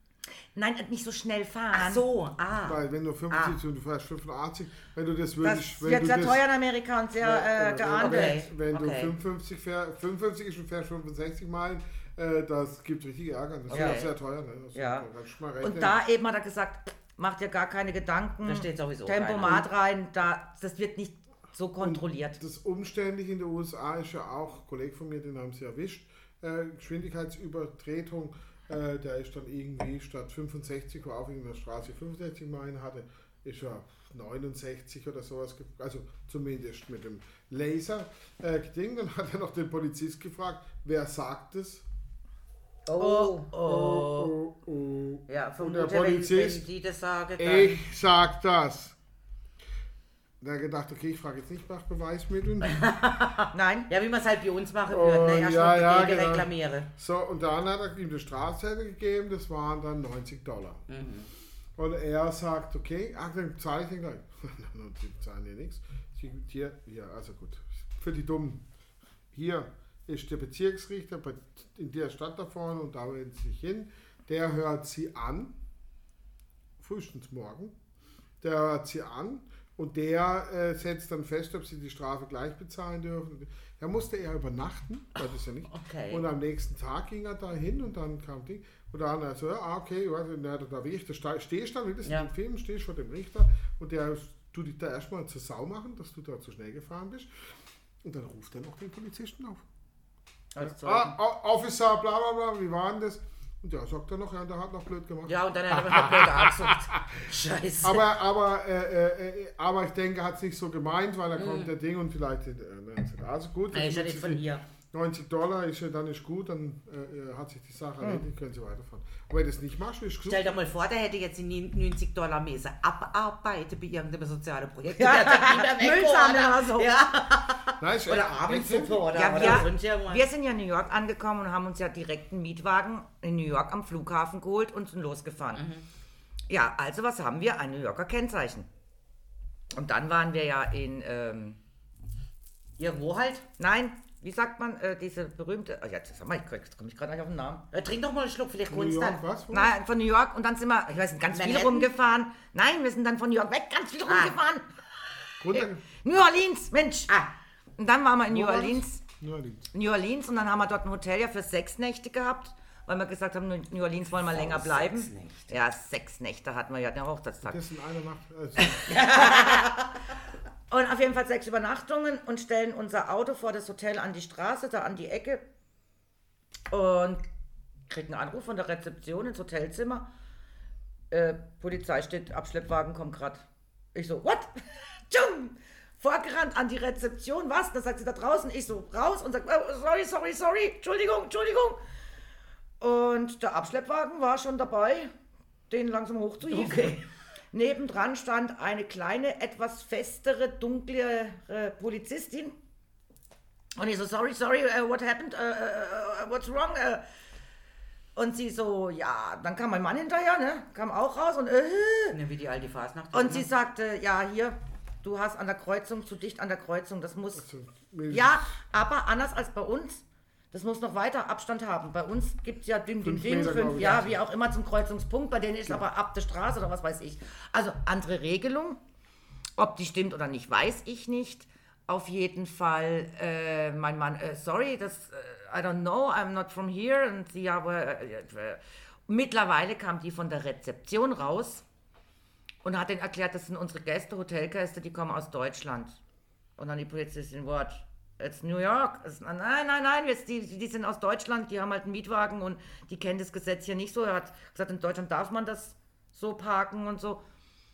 Nein, nicht so schnell fahren. Ach so, ah. Weil wenn du fünfundsiebzig und du fährst fünfundachtzig, wenn du das Das würdest, wenn wird du sehr das, teuer in Amerika und sehr Ja, äh, geahndet. okay. wenn du okay. fünfundfünfzig fährst, fünfundfünfzig ist und fährst fünfundsechzig Meilen, äh, das gibt richtig Ärger. Das Okay. ist auch sehr teuer. Ne? Das Ja. da kannst du mal rechnen. Und da eben hat er gesagt, mach dir gar keine Gedanken. Da steht sowieso Tempomat rein, da, das wird nicht so kontrolliert. Das Umständliche in den U S A ist ja auch, ein Kollege von mir, den haben sie erwischt, äh, Geschwindigkeitsübertretung, äh, der ist dann irgendwie statt fünfundsechzig, wo auf irgendeiner Straße fünfundsechzig Meilen hatte, ist er neunundsechzig oder sowas, ge- also zumindest mit dem Laser äh, gedingt. Dann hat er noch den Polizist gefragt, wer sagt es? Oh, oh. Oh, oh. Ja, Und der vermute, wenn, Polizist, wenn die das sagen, dann... ich sag das. Da hat er gedacht, okay, ich frage jetzt nicht nach Beweismitteln. Nein? Ja, wie man es halt bei uns machen Oh, würde, ne? Erst ja, mal ja, dagegen genau. reklamieren. So, und dann hat er ihm die Strafzettel gegeben, das waren dann neunzig Dollar. Mhm. Und er sagt, okay, ach, dann zahle ich den gleich. Die zahlen hier nichts. Hier, hier, also gut. Für die Dummen. Hier ist der Bezirksrichter bei- in der Stadt da vorne und da wenden sie sich hin. Der hört sie an, frühestens morgen. Der hört sie an und der äh, setzt dann fest, ob sie die Strafe gleich bezahlen dürfen. Da musste er übernachten, das ist ja nicht. Okay. Und am nächsten Tag ging er da hin und dann kam Ding. Und dann hat er so, ja, ah, okay, warte, na, da Richter, da stehst du dann, das Ja. in dem Film, stehst vor dem Richter und der tut dich da erstmal zur Sau machen, dass du da zu schnell gefahren bist. Und dann ruft er noch den Polizisten auf. Als Ah, O- Officer, bla bla bla, wie war denn das? Und ja, sagt er noch, ja, der hat noch blöd gemacht. Ja, und dann hat er mich noch blöd angesucht. Scheiße. Aber, aber, äh, äh, aber ich denke, er hat es nicht so gemeint, weil er kommt der Ding und vielleicht, äh, ne, also gut. Er ist ja nicht von für, hier. neunzig Dollar ist ja dann nicht gut, dann äh, hat sich die Sache erledigt, können Sie weiterfahren. Aber wenn du das nicht machst, ist es Stell dir mal vor, der hätte jetzt die neunzig Dollar Messe abarbeiten bei irgendeinem sozialen Projekt. Ja, Müll sammeln oder so. Ja. Nein, ist Oder echt- Abendsuppe oder, Ja, oder wir, sonst irgendwas. wir sind ja in New York angekommen und haben uns ja direkt einen Mietwagen in New York am Flughafen geholt und sind losgefahren. Mhm. Ja, also was haben wir? Ein New Yorker Kennzeichen. Und dann waren wir ja in, ähm, Irgendwo halt. nein, wie sagt man, äh, diese berühmte, oh, jetzt, sag mal, jetzt komme ich gerade nicht auf den Namen. Äh, Trink doch mal einen Schluck, vielleicht New kunst York, dann. was? Wo? Nein, von New York und dann sind wir, ich weiß nicht, ganz viel Manhattan? rumgefahren. Nein, wir sind dann von New York weg, ganz viel Ah. rumgefahren. Runter, New Orleans, Mensch. Ah, Und dann waren wir in New Wo war das? Orleans. New Orleans. New Orleans und dann haben wir dort ein Hotel ja für sechs Nächte gehabt, weil wir gesagt haben, in New Orleans wollen wir länger bleiben. sechs Nächte. Ja, sechs Nächte hatten wir ja den Hochzeitstag. Das sind eine Nacht. Also, Und auf jeden Fall sechs Übernachtungen und stellen unser Auto vor das Hotel an die Straße, da an die Ecke und kriegen einen Anruf von der Rezeption ins Hotelzimmer. Äh, Polizei steht, Abschleppwagen kommt grad. Ich so, what? Tschum! Vorgerannt an die Rezeption, was? Dann sagt sie da draußen, ich so raus und sagt, oh, sorry, sorry, sorry, Entschuldigung, Entschuldigung. Und der Abschleppwagen war schon dabei, den langsam hochzuhieven. Okay. Nebendran stand eine kleine, etwas festere, dunklere Polizistin. Und ich so, sorry, sorry, uh, what happened? Uh, uh, uh, what's wrong? Uh, und sie so, ja, dann kam mein Mann hinterher, ne? Kam auch raus und uh, ne, wie die alte Fasnacht. und sie sagte, ja, hier, du hast an der Kreuzung, zu dicht an der Kreuzung, das muss... also, Ja, aber anders als bei uns, das muss noch weiter Abstand haben. Bei uns gibt es ja Ding, Ding, Fünf Ding, Meter, fünf, glaub ich, ja, ja. wie auch immer zum Kreuzungspunkt, bei denen ist aber ab der Straße oder was weiß ich. Also andere Regelung, ob die stimmt oder nicht, weiß ich nicht. Auf jeden Fall, äh, mein Mann, äh, sorry, das, äh, I don't know, I'm not from here. Und sie aber, äh, äh, mittlerweile kam die von der Rezeption raus und hat denen erklärt, das sind unsere Gäste, Hotelgäste, die kommen aus Deutschland. Und dann die Polizistin, what? It's New York. Es, nein, nein, nein, jetzt, die, die sind aus Deutschland, die haben halt einen Mietwagen und die kennen das Gesetz hier nicht so. Er hat gesagt, in Deutschland darf man das so parken und so.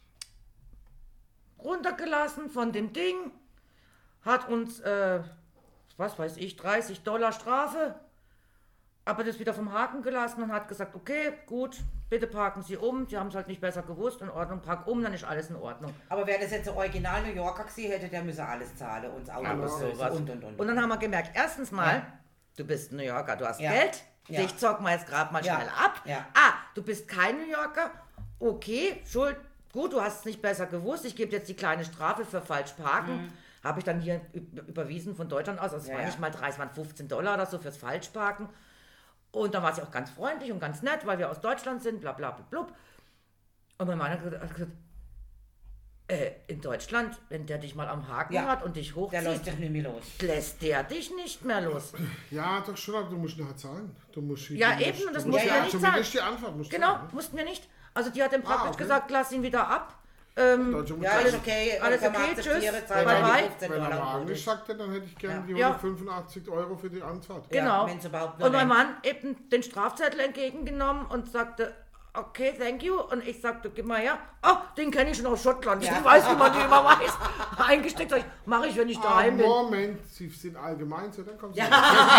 Runtergelassen von dem Ding, hat uns, äh, was weiß ich, dreißig Dollar Strafe, aber das wieder vom Haken gelassen und hat gesagt, okay, gut, bitte parken Sie um. Die haben es halt nicht besser gewusst, in Ordnung, park um, dann ist alles in Ordnung. Aber wer das jetzt so original New Yorker gesehen hätte, der müsse alles zahlen und das Auto Aber muss sowas. und und und. Und dann haben wir gemerkt, erstens mal, Ja. du bist ein New Yorker, du hast Ja. Geld, Ja. dich zocken wir jetzt gerade mal Ja. schnell ab. Ja. Ah, du bist kein New Yorker, okay, schuld, gut, du hast es nicht besser gewusst, ich gebe jetzt die kleine Strafe für falsch parken. Habe ich dann hier üb- überwiesen von Deutschland aus, also es Ja, war ja. nicht mal drei, es waren fünfzehn Dollar oder so fürs Falschparken. Und dann war sie auch ganz freundlich und ganz nett, weil wir aus Deutschland sind, bla bla bla blub. Und mein Mann hat gesagt, hat gesagt äh, in Deutschland, wenn der dich mal am Haken Ja. hat und dich Der lässt hochzieht, dich nicht mehr los. lässt der dich nicht mehr los. ja, doch schon, aber du musst nachher zahlen. Du musst, Ja, du eben, musst, und das du muss musst ja ja nicht zumindest die Antwort musst Genau, zahlen, ne? mussten wir nicht. Also die hat dann praktisch okay. gesagt, lass ihn wieder ab. Ähm, Deutsche Ja, Alles- alles okay. alles kann man okay, akzeptieren, tschüss, zahlen bye wir die bye. fünfzehn Wenn er Dollar mal und Englisch sagte, dann hätte ich gerne die Ja. hundertfünfundachtzig Euro für die Anfahrt. Ja, genau. wenn's überhaupt noch Und mein nennt. Mann eben den Strafzettel entgegengenommen und sagte, okay, thank you. Und ich sagte, gib mal her. Oh, den kenne ich schon aus Schottland. Ja. Ich weiß, wie man die überweist. Eingesteckt, sag ich, mache ich, wenn ich Ah, daheim bin. Moment, Sie sind allgemein so, dann kommen Sie. Ja.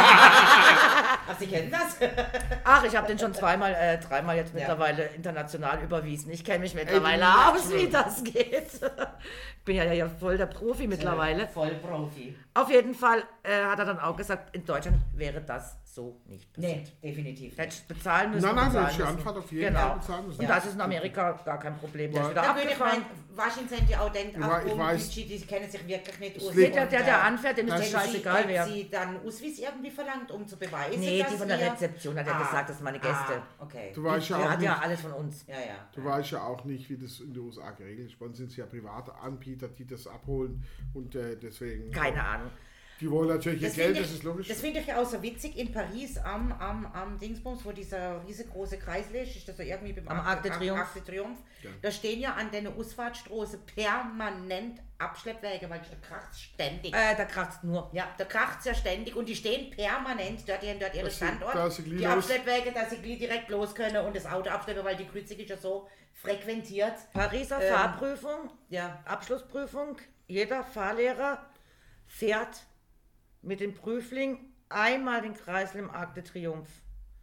Ach, Sie kennen das? Ach, ich habe den schon zweimal, äh, dreimal jetzt Ja. mittlerweile international überwiesen. Ich kenne mich mittlerweile Ey, aus, natural. wie das geht. Ich bin ja, ja voll der Profi mittlerweile. Voll Profi. Auf jeden Fall äh, hat er dann auch gesagt, in Deutschland wäre das so nicht passiert. Nee, definitiv Hätte nicht. ich bezahlen müssen. Nein, nein, bezahlen das ist die müssen. Anfahrt auf jeden genau. Fall bezahlen müssen. Und Ja. das ist in Amerika gar kein Problem. Der ist wieder Der König abgefahren. meint, wahrscheinlich sind die auch denkt, Ich ach wei- ich komm, weiß- die, die kennen sich wirklich nicht aus. liegt- Der, der, der anfährt, dem ist Das das ist- scheißegal Hat wer. sie dann Ausweis irgendwie verlangt, um zu beweisen, Nee, dass die von der wir- Rezeption hat ja Ah, gesagt, das sind meine Gäste. Ah, okay. Du weißt ja Der auch hat nicht, ja alles von uns. Ja, ja. du weißt ja auch nicht, wie das in den U S A geregelt ist. Bei uns sind es ja private Anbieter, die das abholen und äh, deswegen. Keine Ahnung. Die wollen natürlich ihr Das Geld, finde das ich, ist logisch. das finde ich ja auch so witzig in Paris am, am, am Dingsbums, wo dieser riesengroße Kreis ist, ist das so irgendwie beim Am Arc de Triomphe. Arc de Triomphe. Ja. Da stehen ja an der Ausfahrtsstraße permanent Abschleppwege, weil da kracht ständig. Äh, da kracht's nur. Ja, da kracht ja ständig und die stehen permanent dort, die haben dort ihre Dass sie- Standort. dass sie gleich Die los- Abschleppwege, dass sie gleich direkt los können und das Auto abschleppen, weil die Kreuzung ist ja so frequentiert. Pariser Ähm, Fahrprüfung, Ja. Abschlussprüfung. Jeder Fahrlehrer fährt mit dem Prüfling einmal den Kreisel im Arc de Triomphe.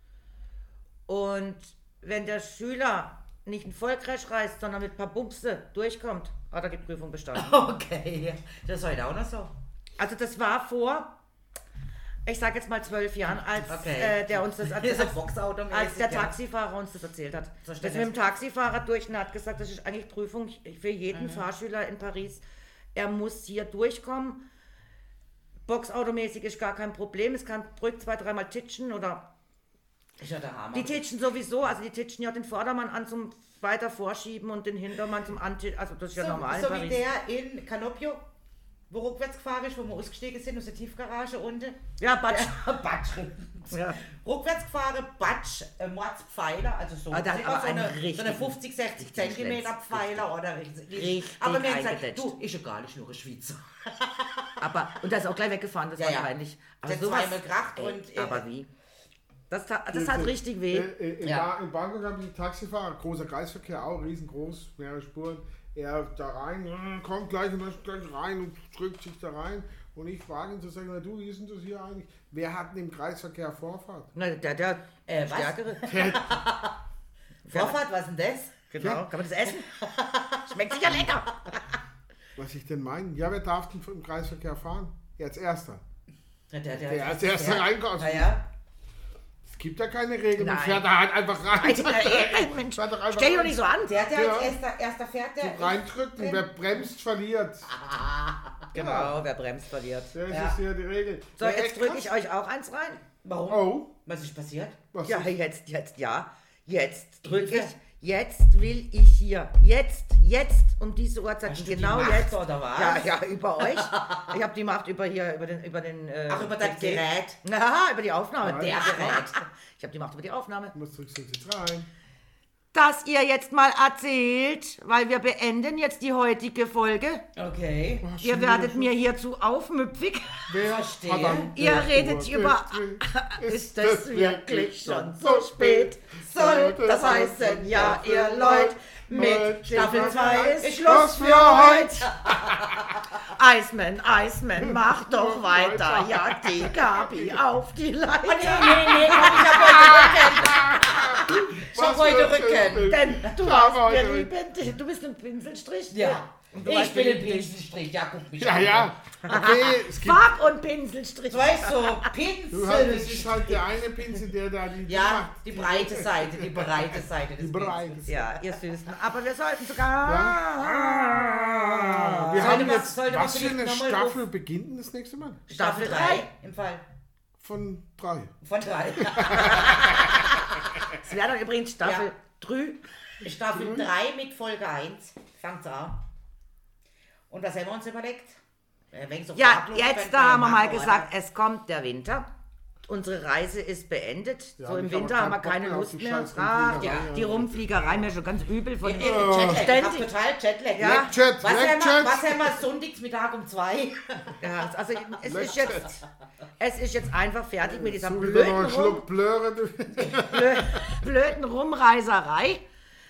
Und wenn der Schüler nicht einen Vollcrash reißt, sondern mit ein paar Bumpse durchkommt, hat er die Prüfung bestanden. Okay, das ist heute auch noch so. Also das war vor, ich sag jetzt mal zwölf Jahren, als Okay. äh, der uns das Hier ist erzählt ein hat, Boxauto als der ja. Taxifahrer uns das erzählt hat. So Das steht mit dem das. Taxifahrer durch und hat gesagt, das ist eigentlich Prüfung für jeden Mhm. Fahrschüler in Paris. Er muss hier durchkommen. Boxautomäßig ist gar kein Problem. Es kann ruhig zwei, dreimal titschen oder Ist ja der Hammer. die titschen sowieso, also die titschen ja den Vordermann an zum weiter vorschieben und den Hintermann zum Antitschen, also das ist ja so, normal in so wie Paris. der in Canopio, wo rückwärts gefahren ist, wo wir ausgestiegen sind aus der Tiefgarage unten. Ja, Batsch. Ja, Batsch. Ja. Rückwärts gefahren, Batsch, äh, Mordspfeiler, also so, Ah, der hat sicher aber so, einen eine, so richtigen- eine fünfzig, sechzig richtigen Zentimeter Schlenz, Pfeiler oder richtig. Richtig Aber wir haben gesagt, eingedetscht. du, ist egal, ich nur ein Schweizer. Aber, und der ist auch gleich weggefahren, das Ja, war ja. peinlich. Der hat zweimal kracht und, äh, aber wie? Das, ta- das hat richtig weh. Äh, äh, in, Ja. ba in Bangkok haben die Taxifahrer, großer Kreisverkehr, auch riesengroß, mehrere Spuren. Er da rein, äh, kommt gleich und möchte gleich rein und drückt sich da rein. Und ich frage ihn zu sagen, na du, wie ist denn das hier eigentlich? Wer hat denn im Kreisverkehr Vorfahrt? Na, der, der Äh, was? Stärkere. Vorfahrt, was denn das? Genau. Kann man das essen? Schmeckt sicher lecker. Was ich denn meine? Ja, wer darf denn im Kreisverkehr fahren? Er als Erster. Ja, der, der, Der als Erster reinkommt. Ja, ja. Es gibt ja keine Regeln, man Nein. fährt da halt einfach rein. Ey, Mensch, Fährt doch einfach stell dich doch rein. nicht so an. Der, der Ja. als erster, erster fährt, der. Reindrückt und wer bremst, verliert. Genau, wer bremst, verliert. Das Ja. ist hier die Regel. So, Ja, jetzt echt drücke krass. ich euch auch eins rein. Warum? Oh, Was ist passiert? was Ja, ist? jetzt, jetzt, ja. Jetzt drücke ich. Hilfe. Jetzt will ich hier. Jetzt, jetzt um diese Uhrzeit. Hast Und du die genau Macht, jetzt. oder was? Ja, ja, über euch. Ich habe die Macht über hier, über den, über den. Äh, Ach, über das P C. Gerät. Na, über die Aufnahme. Nein. Der Ja. Gerät. Ich habe die Macht über die Aufnahme. Was drückst du jetzt rein? Dass ihr jetzt mal erzählt, weil wir beenden jetzt die heutige Folge. Okay. Ach, Ihr schon werdet wieder mir hier zu aufmüpfig. Wer Verstehe. hat dann Ihr der redet Uhr über. ist, Ist es wirklich schon so spät? Soll Sollte das das heißen, ja, Staffel ihr Leute, mit mit Staffel Staffel zwei drei ist ist Schluss Schluss für für heute. Iceman, Iceman, mach doch weiter. Ja, die Gabi auf die Oh, nee, Leiter. nee, nee, komm, ich hab heute Rücken. Ich hab Was heute für ein Rücken. Bild. Denn du Ja, hast aber mir heute- lieben, du bist ein Pinselstrich. Ja. Und du Ich weißt, bin wie ein lieb dich. Pinselstrich. Ja, guck mich Ja, an. ja. Okay, es gibt. Farb- und Pinselstrich. Du weißt so, Du hast, es ist Pinselstrich. halt der eine Pinsel, der da die. Ja, macht. die breite Seite, die breite Seite des Die breite. Pinsels. Ja, ihr Süßen. Aber wir sollten sogar. Ah, wir Sollte haben man- jetzt. sollte man Was für eine vielleicht noch mal Staffel beginnt denn das nächste Mal? Staffel Staffel drei im Fall. Von drei. Von drei. Es wäre dann übrigens Staffel drei. Staffel drei mit Folge eins. Fangt's an. Und was haben wir uns überlegt? Äh, wenn so Ja, fraglos jetzt könnte da man haben wir ja mal machen, gesagt, es kommt der Winter. Unsere Reise ist beendet. Ja, so im ich habe Winter keinen haben wir Bock keine mehr auf Lust die mehr. scheiß Ach, Rumfliegerei, die ja. Rumfliegerei mir schon ganz übel von oder? Äh, äh, Jetlag, ich hab ständig. total Jetlag. Ja. Leckjet, Was haben, wir, Leckjet. was haben wir Sonntagsmittag um zwei? Ja, also es ist Leckjet. jetzt, es ist jetzt einfach fertig mit dieser So wieder noch blöden, einen Rum, Schluck Blöre. du. blö- blöden Rumreiserei.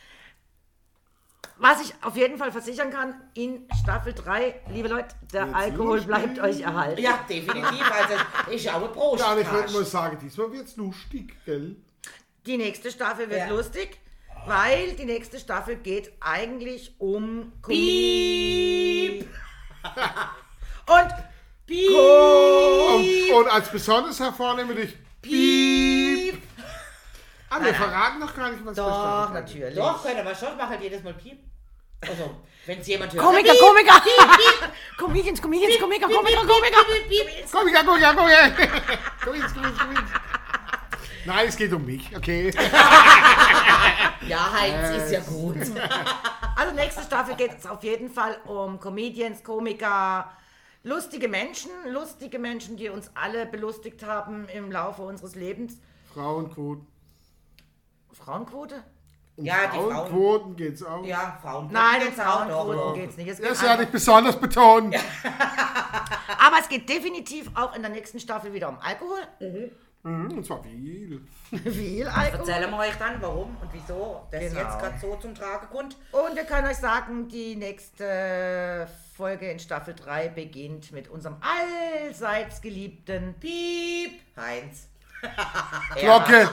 Was ich auf jeden Fall versichern kann, in Staffel drei, liebe Leute, der Jetzt Alkohol lustig. bleibt euch erhalten. Ja, definitiv. Also ich auch ein Prost. Ja, und ich würde mal sagen, diesmal wird's lustig, gell? Die nächste Staffel wird Ja. lustig, weil die nächste Staffel geht eigentlich um Piep. Und Piep. Und, und als besonders hervornehmen würde ich Piep. Ah, wir verraten noch gar nicht, was wir doch, starten. natürlich. Doch, können wir schon, machen halt jedes Mal Piep. Also, wenn es jemand hört. Komiker, Piep, Komiker! Piep, Piep. Comedians, Comedians, Komiker, Piep, Komiker, piep, Komiker! piep, piep, piep. Komm her, komm her, komm her. Komm jetzt, komm jetzt, komm jetzt. Nein, es geht um mich, okay? Ja, Heinz ist ja gut. Also nächste Staffel geht es auf jeden Fall um Comedians, Komiker, lustige Menschen, lustige Menschen, die uns alle belustigt haben im Laufe unseres Lebens. Frauenquoten. Frauenquote? Um Ja, die Frauen. Frauenquoten geht's auch. Ja, Ja, Frauen. Nein, um Geht's auch, doch, Frauenquoten doch. geht es nicht. Es geht das werde einfach, ich besonders betonen. aber es geht definitiv auch in der nächsten Staffel wieder um Alkohol. Mhm, und zwar viel. Viel Alkohol. Erzählen wir euch dann, warum und wieso das Genau. jetzt gerade so zum Tragen kommt. Und wir können euch sagen, die nächste Folge in Staffel drei beginnt mit unserem allseits geliebten Piep, Heinz. Glocke!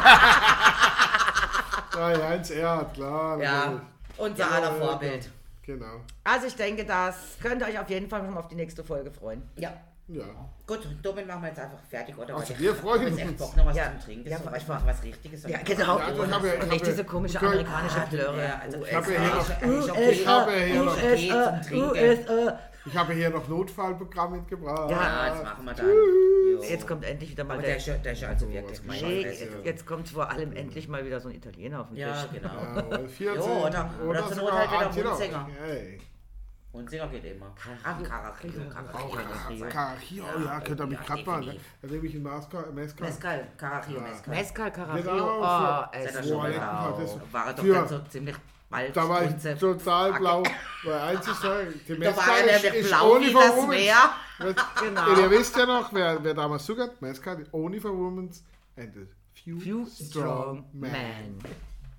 Ja, Heinz Erhardt, klar. Ja, unser Ja, aller ja, Vorbild. Genau. Also ich denke, das könnt ihr euch auf jeden Fall schon auf die nächste Folge freuen. Ja. Ja. Gut, damit machen wir jetzt einfach fertig, oder? Also, Weil wir ich freuen hab jetzt echt uns. Bock noch was Ja. zum Trinken. Ja, so, was was, war- was Richtiges. Ja, genau. Ja, und ich habe ja- ich und nicht habe- diese komische Okay. amerikanische Ah, Plörre. ja, also Ich habe ja hier noch- eigentlich okay. Ich habe ja hier noch- okay zum Trinken. Ich habe hier noch Notfallprogramm mitgebracht. Ja, jetzt machen wir dann. Jo. Jetzt kommt endlich wieder mal Aber der... der ist, ja- der ist ja also wirklich was Nee, scheiße. jetzt, jetzt kommt vor allem endlich mal wieder so ein Italiener auf den Ja, Tisch. genau. Jawohl, vierzehn. Jo, oder- oder zur Not sogar halt wieder achtzehn Euro. Mundsänger. Hey. Und Singer geht immer. Ach, Karakia. Auch Karakia. Carajillo, ja, könnt ihr mich ja, gerade mal. definitiv. Da nehme ich einen Mezcal. Mezcal. Mezcal, Karakia, Mezcal. Mezcal, Carajillo, Genau, oh, für- es Seid ihr Boah, schon lecker, mal das- da? War er doch für- dann so ziemlich bald. Da war ich unser- total blau. Weil eins ist ja, die Da war Mezcal er ist, nämlich ist blau only wie for das women. Meer. Genau. Ihr wisst ja noch, wer, wer damals zugehört. Mezcal, only for women and a few, Few strong men. men.